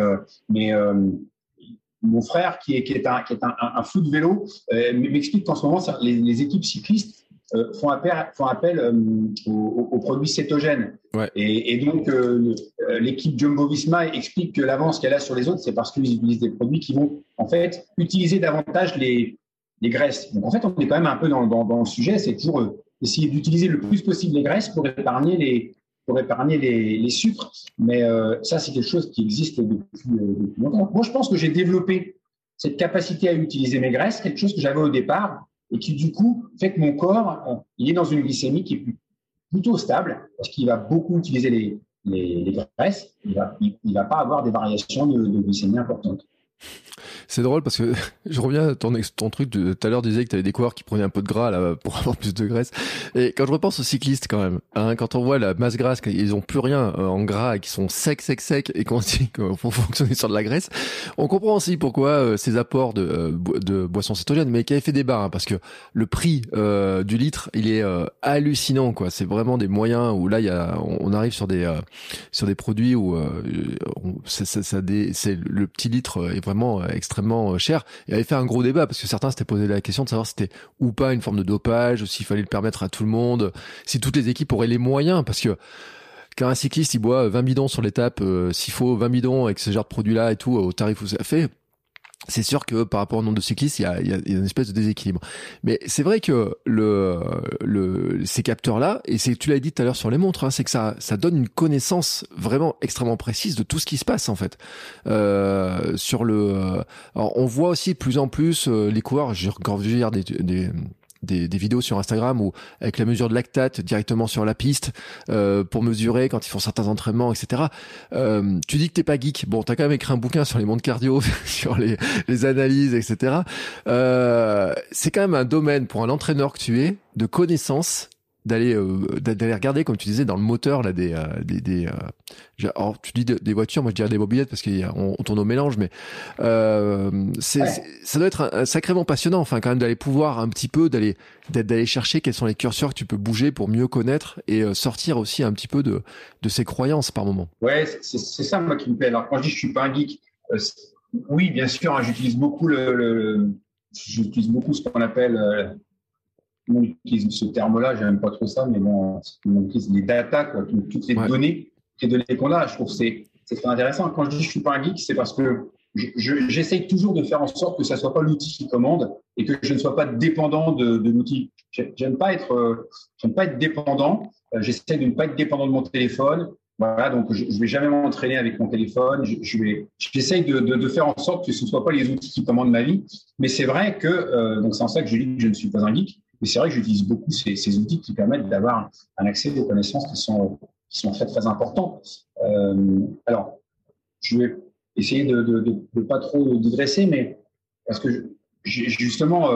mon frère qui est un fou de vélo m'explique qu'en ce moment les équipes cyclistes font appel aux produits cétogènes.
Ouais.
Et donc, l'équipe Jumbo-Visma explique que l'avance qu'elle a sur les autres, c'est parce qu'ils utilisent des produits qui vont, en fait, utiliser davantage les graisses. Donc, en fait, on est quand même un peu dans le sujet. C'est toujours essayer d'utiliser le plus possible les graisses pour épargner les sucres. Mais ça, c'est quelque chose qui existe depuis longtemps. Moi, je pense que j'ai développé cette capacité à utiliser mes graisses, quelque chose que j'avais au départ, et qui, du coup, fait que mon corps, il est dans une glycémie qui est plutôt stable, parce qu'il va beaucoup utiliser les graisses, il va pas avoir des variations de glycémie importantes.
C'est drôle parce que je reviens à ton truc de tout à l'heure, disais que tu avais des coureurs qui prenaient un peu de gras là pour avoir plus de graisse. Et quand je repense aux cyclistes quand même, hein, quand on voit la masse grasse, qu'ils ont plus rien en gras et qu'ils sont secs et qu'on dit qu'il faut fonctionner sur de la graisse, on comprend aussi pourquoi ces apports de boissons cétogènes, mais qui avait fait débat, hein, parce que le prix du litre, il est hallucinant, quoi. C'est vraiment des moyens où là on arrive sur des produits où c'est le petit litre est vraiment extrêmement cher. Il avait fait un gros débat parce que certains s'étaient posé la question de savoir si c'était ou pas une forme de dopage, ou s'il fallait le permettre à tout le monde, si toutes les équipes auraient les moyens, parce que quand un cycliste il boit 20 bidons sur l'étape, s'il faut 20 bidons avec ce genre de produit-là et tout, au tarif où ça fait, c'est sûr que par rapport au nombre de cyclistes, il y a une espèce de déséquilibre. Mais c'est vrai que ces capteurs-là, et tu l'as dit tout à l'heure sur les montres, hein, c'est que ça donne une connaissance vraiment extrêmement précise de tout ce qui se passe en fait. Alors on voit aussi de plus en plus les coureurs. J'ai encore vu hier des vidéos sur Instagram où avec la mesure de lactate directement sur la piste pour mesurer quand ils font certains entraînements, etc. Tu dis que t'es pas geek, bon, t'as quand même écrit un bouquin sur les montres cardio, sur les analyses, etc. C'est quand même un domaine pour un entraîneur que tu es de connaissances d'aller regarder, comme tu disais, dans le moteur là alors tu dis des voitures, moi je dirais des mobylettes parce qu'on tourne au mélange, mais ça doit être sacrément passionnant, enfin quand même d'aller pouvoir un petit peu d'aller chercher quels sont les curseurs que tu peux bouger pour mieux connaître et sortir aussi un petit peu de ses croyances par moment.
Ouais, c'est ça moi qui me plaît. Alors quand je dis je suis pas un geek, oui bien sûr, hein, j'utilise beaucoup j'utilise beaucoup ce qu'on appelle on utilise ce terme-là, j'aime pas trop ça, mais bon, on utilise les data, quoi, toutes les données qu'on a. Je trouve que c'est très intéressant. Quand je dis je suis pas un geek, c'est parce que j'essaye toujours de faire en sorte que ça soit pas l'outil qui commande et que je ne sois pas dépendant de l'outil. J'aime pas être dépendant. J'essaie de ne pas être dépendant de mon téléphone. Voilà, donc je vais jamais m'entraîner avec mon téléphone. J'essaye de faire en sorte que ce ne soit pas les outils qui commandent ma vie. Mais c'est vrai que donc c'est en ça que je dis que je ne suis pas un geek. Mais c'est vrai que j'utilise beaucoup ces outils qui permettent d'avoir un accès aux connaissances qui sont très très importants. Alors, je vais essayer de pas trop digresser, mais parce que justement,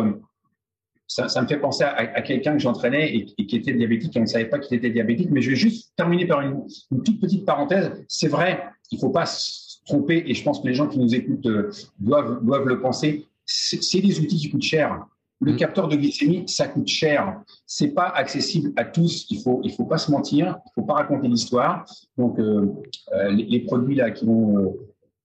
ça me fait penser à quelqu'un que j'entraînais et qui était diabétique et on ne savait pas qu'il était diabétique. Mais je vais juste terminer par une toute petite parenthèse. C'est vrai, il ne faut pas se tromper et je pense que les gens qui nous écoutent doivent le penser. C'est des outils qui coûtent cher. Le capteur de glycémie, ça coûte cher. C'est pas accessible à tous. Il faut pas se mentir. Il faut pas raconter l'histoire. Donc, les produits là qui vont,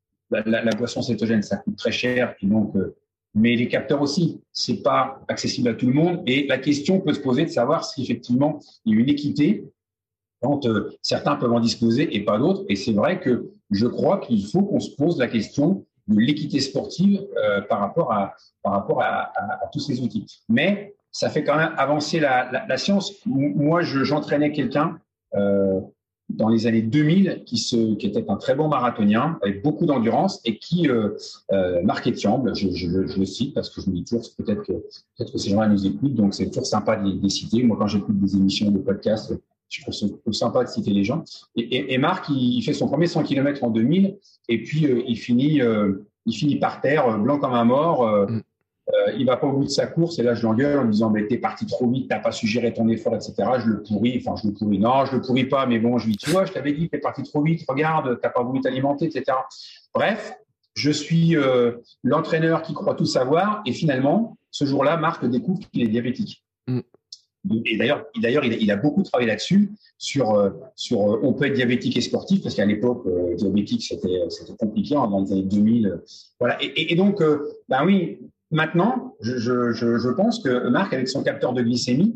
la boisson cétogène, ça coûte très cher. Et donc, mais les capteurs aussi, c'est pas accessible à tout le monde. Et la question peut se poser de savoir si effectivement il y a une équité quand certains peuvent en disposer et pas d'autres. Et c'est vrai que je crois qu'il faut qu'on se pose la question de l'équité sportive par rapport à tous ces outils. Mais ça fait quand même avancer la science. Moi, j'entraînais quelqu'un dans les années 2000 qui était un très bon marathonien avec beaucoup d'endurance et qui Marc Etiamble, je le cite parce que je me dis toujours peut-être que ces gens-là nous écoutent, donc c'est toujours sympa de les citer. Moi, quand j'écoute des émissions de podcast, je trouve ça sympa de citer les gens. Et Marc, il fait son premier 100 km en 2000 et puis il finit par terre, blanc comme un mort. Il va pas au bout de sa course et là je l'engueule en me disant mais t'es parti trop vite, t'as pas su gérer ton effort, etc. Je le pourris. Non, je le pourris pas, mais bon, je lui dis tu vois, je t'avais dit t'es parti trop vite, regarde, t'as pas voulu t'alimenter, etc. Bref, je suis l'entraîneur qui croit tout savoir et finalement ce jour-là, Marc découvre qu'il est diabétique. Et d'ailleurs, il a beaucoup travaillé là-dessus sur on peut être diabétique et sportif parce qu'à l'époque diabétique c'était compliqué dans les années 2000. Voilà. Et donc ben oui. Maintenant, je pense que Marc, avec son capteur de glycémie,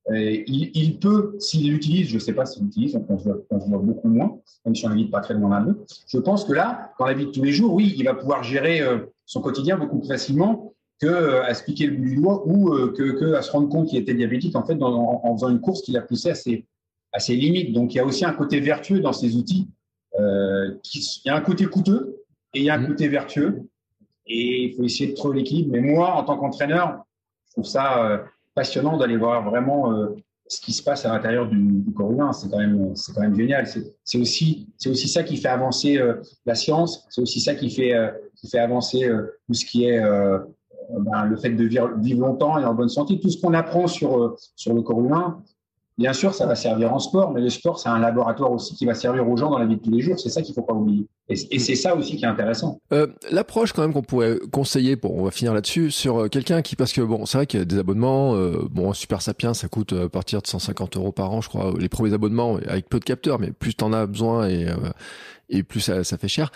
il peut, s'il l'utilise, je ne sais pas s'il l'utilise, on se voit beaucoup moins, même si on n'habite pas très loin l'un de l'autre. Je pense que là, dans la vie de tous les jours, oui, il va pouvoir gérer son quotidien beaucoup plus facilement qu'à se piquer le bout du doigt ou qu'à se rendre compte qu'il était diabétique en fait en faisant une course qui l'a poussé à ses limites. Donc, il y a aussi un côté vertueux dans ces outils. Il y a un côté coûteux et il y a un côté vertueux. Et il faut essayer de trouver l'équilibre. Mais moi, en tant qu'entraîneur, je trouve ça passionnant d'aller voir vraiment ce qui se passe à l'intérieur du corps humain. C'est quand même génial. C'est aussi ça qui fait avancer la science. C'est aussi ça qui fait avancer tout ce qui est le fait de vivre longtemps et en bonne santé. Tout ce qu'on apprend sur le corps humain. Bien sûr, ça va servir en sport, mais le sport, c'est un laboratoire aussi qui va servir aux gens dans la vie de tous les jours. C'est ça qu'il faut pas oublier. Et c'est ça aussi qui est intéressant.
L'approche quand même qu'on pourrait conseiller, on va finir là-dessus, sur quelqu'un qui, parce que bon, c'est vrai qu'il y a des abonnements, Super Sapiens, ça coûte à partir de 150 € par an, je crois, les premiers abonnements, avec peu de capteurs, mais plus t'en as besoin et plus ça fait cher.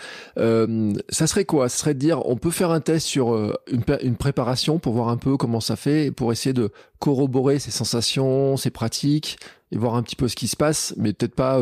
Ça serait quoi? Ça serait de dire, on peut faire un test sur une préparation pour voir un peu comment ça fait, pour essayer de corroborer ses sensations, ses pratiques, et voir un petit peu ce qui se passe, mais peut-être pas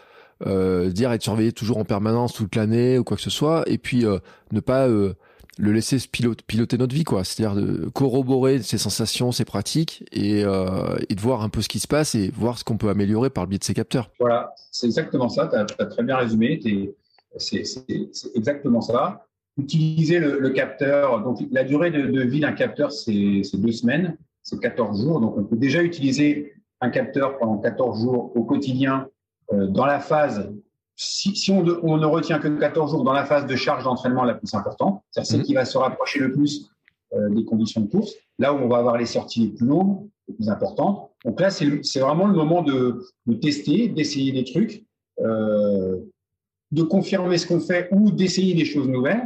dire être surveillé toujours en permanence toute l'année ou quoi que ce soit, et puis ne pas le laisser piloter notre vie, quoi. C'est-à-dire de corroborer ses sensations, ses pratiques et de voir un peu ce qui se passe et voir ce qu'on peut améliorer par le biais de ces capteurs.
Voilà, c'est exactement ça. Tu as très bien résumé. C'est exactement ça. Utiliser le capteur. Donc, la durée de vie d'un capteur, c'est 2 semaines, c'est 14 jours. Donc, on peut déjà utiliser un capteur pendant 14 jours au quotidien dans la phase. Si on ne retient que 14 jours dans la phase de charge d'entraînement la plus importante, c'est celle qui va se rapprocher le plus des conditions de course, là où on va avoir les sorties les plus longues, les plus importantes. Donc là, c'est vraiment le moment de tester, d'essayer des trucs, de confirmer ce qu'on fait ou d'essayer des choses nouvelles,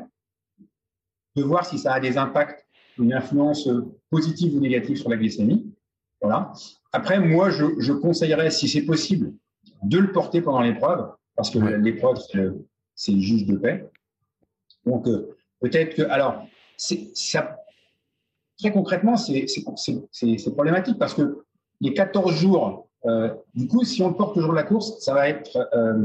de voir si ça a des impacts, une influence positive ou négative sur la glycémie. Voilà. Après, moi, je conseillerais, si c'est possible, de le porter pendant l'épreuve, parce que l'épreuve, c'est le juge de paix. Donc, peut-être que… Alors, ça, très concrètement, c'est problématique parce que les 14 jours, du coup, si on le porte le jour de la course, ça va être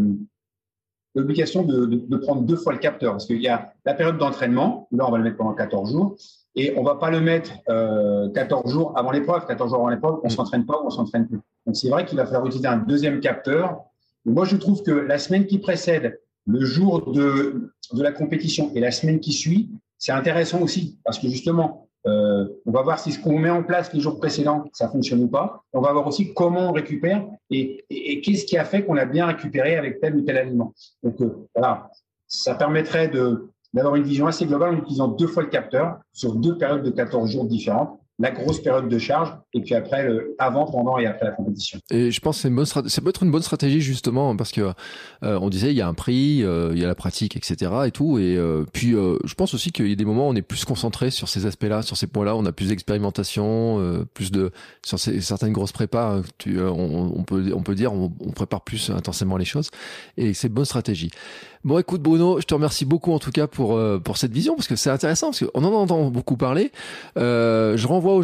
l'obligation de prendre 2 fois le capteur. Parce qu'il y a la période d'entraînement, là, on va le mettre pendant 14 jours, et on ne va pas le mettre 14 jours avant l'épreuve. 14 jours avant l'épreuve, on ne s'entraîne pas ou on ne s'entraîne plus. Donc, c'est vrai qu'il va falloir utiliser un deuxième capteur. Et moi, je trouve que la semaine qui précède le jour de la compétition et la semaine qui suit, c'est intéressant aussi parce que justement, on va voir si ce qu'on met en place les jours précédents, ça fonctionne ou pas. On va voir aussi comment on récupère et qu'est-ce qui a fait qu'on a bien récupéré avec tel ou tel aliment. Donc voilà, ça permettrait d'avoir une vision assez globale en utilisant 2 fois le capteur sur 2 périodes de 14 jours différentes. La grosse période de charge et puis après avant, pendant et après la compétition.
Et je pense que ça peut être une bonne stratégie justement parce que on disait il y a un prix, il y a la pratique, etc. et tout. Et puis je pense aussi qu'il y a des moments où on est plus concentré sur ces aspects-là, sur ces points-là, on a plus d'expérimentation, plus de sur certaines grosses prépas. On peut dire on prépare plus intensément les choses et c'est une bonne stratégie. Bon, écoute Bruno, je te remercie beaucoup en tout cas pour cette vision parce que c'est intéressant parce qu'on en entend beaucoup parler. Je renvoie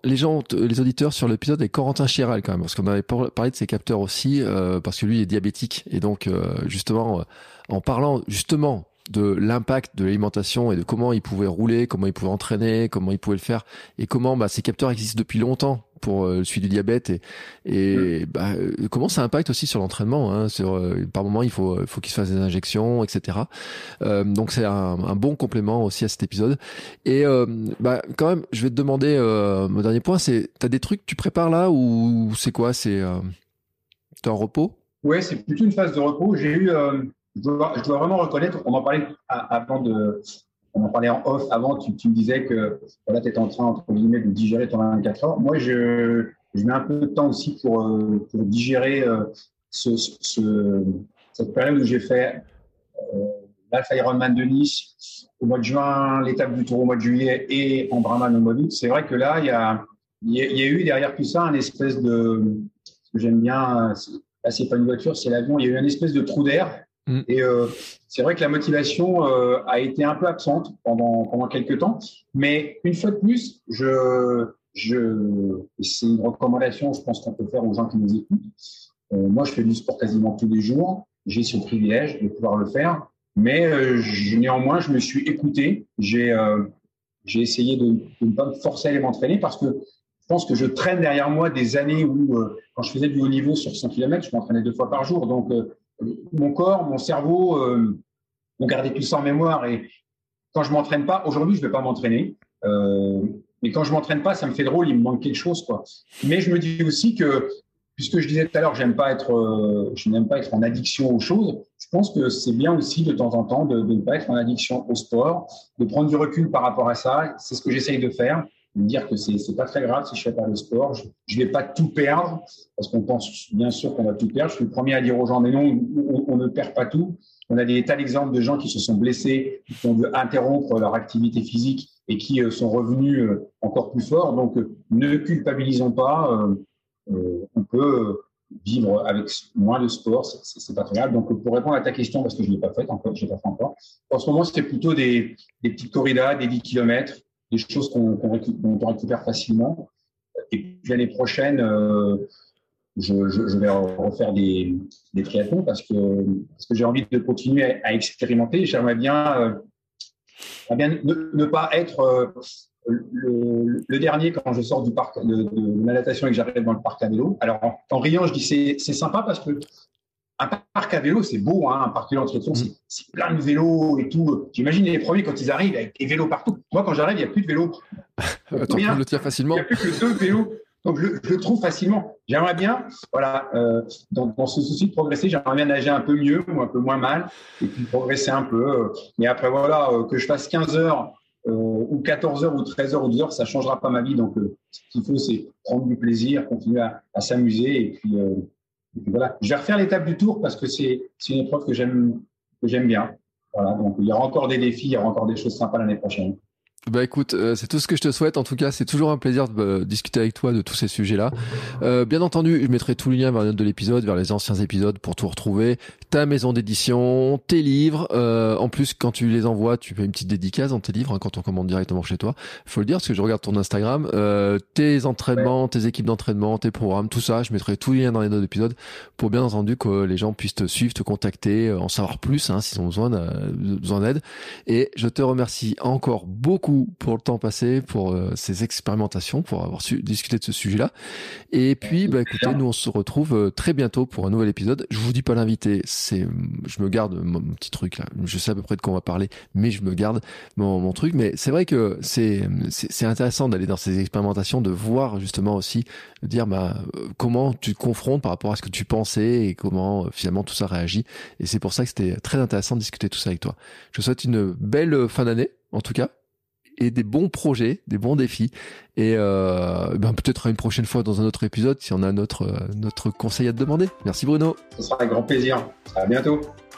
les auditeurs sur l'épisode avec Corentin Chiral quand même parce qu'on avait parlé de ses capteurs aussi parce que lui est diabétique et donc justement en parlant justement de l'impact de l'alimentation et de comment il pouvait rouler, comment il pouvait entraîner, comment il pouvait le faire et comment ces capteurs existent depuis longtemps pour le suivi du diabète et comment ça impacte aussi sur l'entraînement hein, par moment il faut qu'il se fasse des injections etc. Donc c'est un bon complément aussi à cet épisode et quand même je vais te demander mon dernier point c'est t'as des trucs que tu prépares là ou c'est quoi t'es en repos?
Ouais, c'est plutôt une phase de repos. J'ai eu je dois vraiment reconnaître, on en parlait on en parlait en off avant, tu me disais que voilà, tu étais en train, entre guillemets, de digérer ton 24 heures. Moi, je mets un peu de temps aussi pour digérer cette période où j'ai fait l'Alpha Ironman de Nice au mois de juin, l'étape du Tour au mois de juillet et en Brahman au mois d'août. C'est vrai que là, il y a eu derrière tout ça un espèce de… Ce que j'aime bien, là, c'est pas une voiture, c'est l'avion. Il y a eu un espèce de trou d'air. Et c'est vrai que la motivation a été un peu absente pendant quelques temps. Mais une fois de plus, c'est une recommandation, je pense qu'on peut faire aux gens qui nous écoutent. Moi, je fais du sport quasiment tous les jours. J'ai ce privilège de pouvoir le faire. Mais néanmoins, je me suis écouté. J'ai essayé de ne pas me forcer à aller m'entraîner parce que je pense que je traîne derrière moi des années où, quand je faisais du haut niveau sur 100 km, je m'entraînais 2 fois par jour. Donc, mon corps, mon cerveau ont gardé tout ça en mémoire. Et quand je m'entraîne pas, aujourd'hui, je vais pas m'entraîner. Mais quand je m'entraîne pas, ça me fait drôle, il me manque quelque chose, quoi. Mais je me dis aussi que, puisque je disais tout à l'heure, je n'aime pas être en addiction aux choses. Je pense que c'est bien aussi de temps en temps de ne pas être en addiction au sport, de prendre du recul par rapport à ça. C'est ce que j'essaye de faire. De me dire que c'est pas très grave si je fais pas le sport, je vais pas tout perdre parce qu'on pense bien sûr qu'on va tout perdre. Je suis le premier à dire aux gens mais non, on ne perd pas tout. On a des tas d'exemples de gens qui se sont blessés, qui ont dû interrompre leur activité physique et qui sont revenus encore plus forts. Donc ne culpabilisons pas. On peut vivre avec moins de sport, c'est pas très grave. Donc pour répondre à ta question parce que je l'ai pas fait encore, en ce moment c'était plutôt des petites corridas, des 10 km. Des choses qu'on récupère facilement. Et puis l'année prochaine, je vais refaire des triathlons parce que j'ai envie de continuer à expérimenter. J'aimerais bien ne pas être le dernier quand je sors du parc de ma natation et que j'arrive dans le parc à vélo. Alors en riant, je dis c'est sympa parce que un parc à vélo, c'est beau, hein, un parc de l'entraînement, c'est plein de vélos et tout. J'imagine les premiers quand ils arrivent avec des vélos partout. Moi, quand j'arrive, il n'y a plus de vélos.
Tu le tiens facilement.
Il n'y a plus que 2 vélos. Donc, je le trouve facilement. J'aimerais bien, voilà, dans ce souci de progresser, j'aimerais bien nager un peu mieux ou un peu moins mal et puis progresser un peu. Mais après, voilà, que je fasse 15 heures ou 14 heures ou 13 heures ou 12 heures, ça changera pas ma vie. Donc, ce qu'il faut, c'est prendre du plaisir, continuer à s'amuser. Et puis voilà. Je vais refaire l'étape du Tour parce que c'est une épreuve que j'aime bien. Voilà. Donc, il y aura encore des défis, il y aura encore des choses sympas l'année prochaine.
Bah écoute, c'est tout ce que je te souhaite. En tout cas, c'est toujours un plaisir de discuter avec toi de tous ces sujets-là. Bien entendu, je mettrai tous les liens vers les notes de l'épisode, vers les anciens épisodes pour tout retrouver. Ta maison d'édition, tes livres. En plus, quand tu les envoies, tu fais une petite dédicace dans tes livres quand on commande directement chez toi. Faut le dire parce que je regarde ton Instagram. Tes entraînements, tes équipes d'entraînement, tes programmes, tout ça. Je mettrai tous les liens dans les notes d'épisode pour bien entendu que les gens puissent te suivre, te contacter, en savoir plus s'ils ont besoin d'aide. Et je te remercie encore beaucoup pour le temps passé, pour ces expérimentations, pour avoir su discuter de ce sujet-là. Et puis, écoutez, nous on se retrouve très bientôt pour un nouvel épisode. Je vous dis pas l'invité, je me garde mon petit truc là. Je sais à peu près de quoi on va parler, mais je me garde mon truc. Mais c'est vrai que c'est intéressant d'aller dans ces expérimentations, de voir justement aussi, de dire comment tu te confrontes par rapport à ce que tu pensais et comment finalement tout ça réagit. Et c'est pour ça que c'était très intéressant de discuter tout ça avec toi. Je te souhaite une belle fin d'année, en tout cas, et des bons projets, des bons défis. Et peut-être à une prochaine fois dans un autre épisode si on a notre conseil à te demander. Merci Bruno.
Ce sera avec grand plaisir. À bientôt.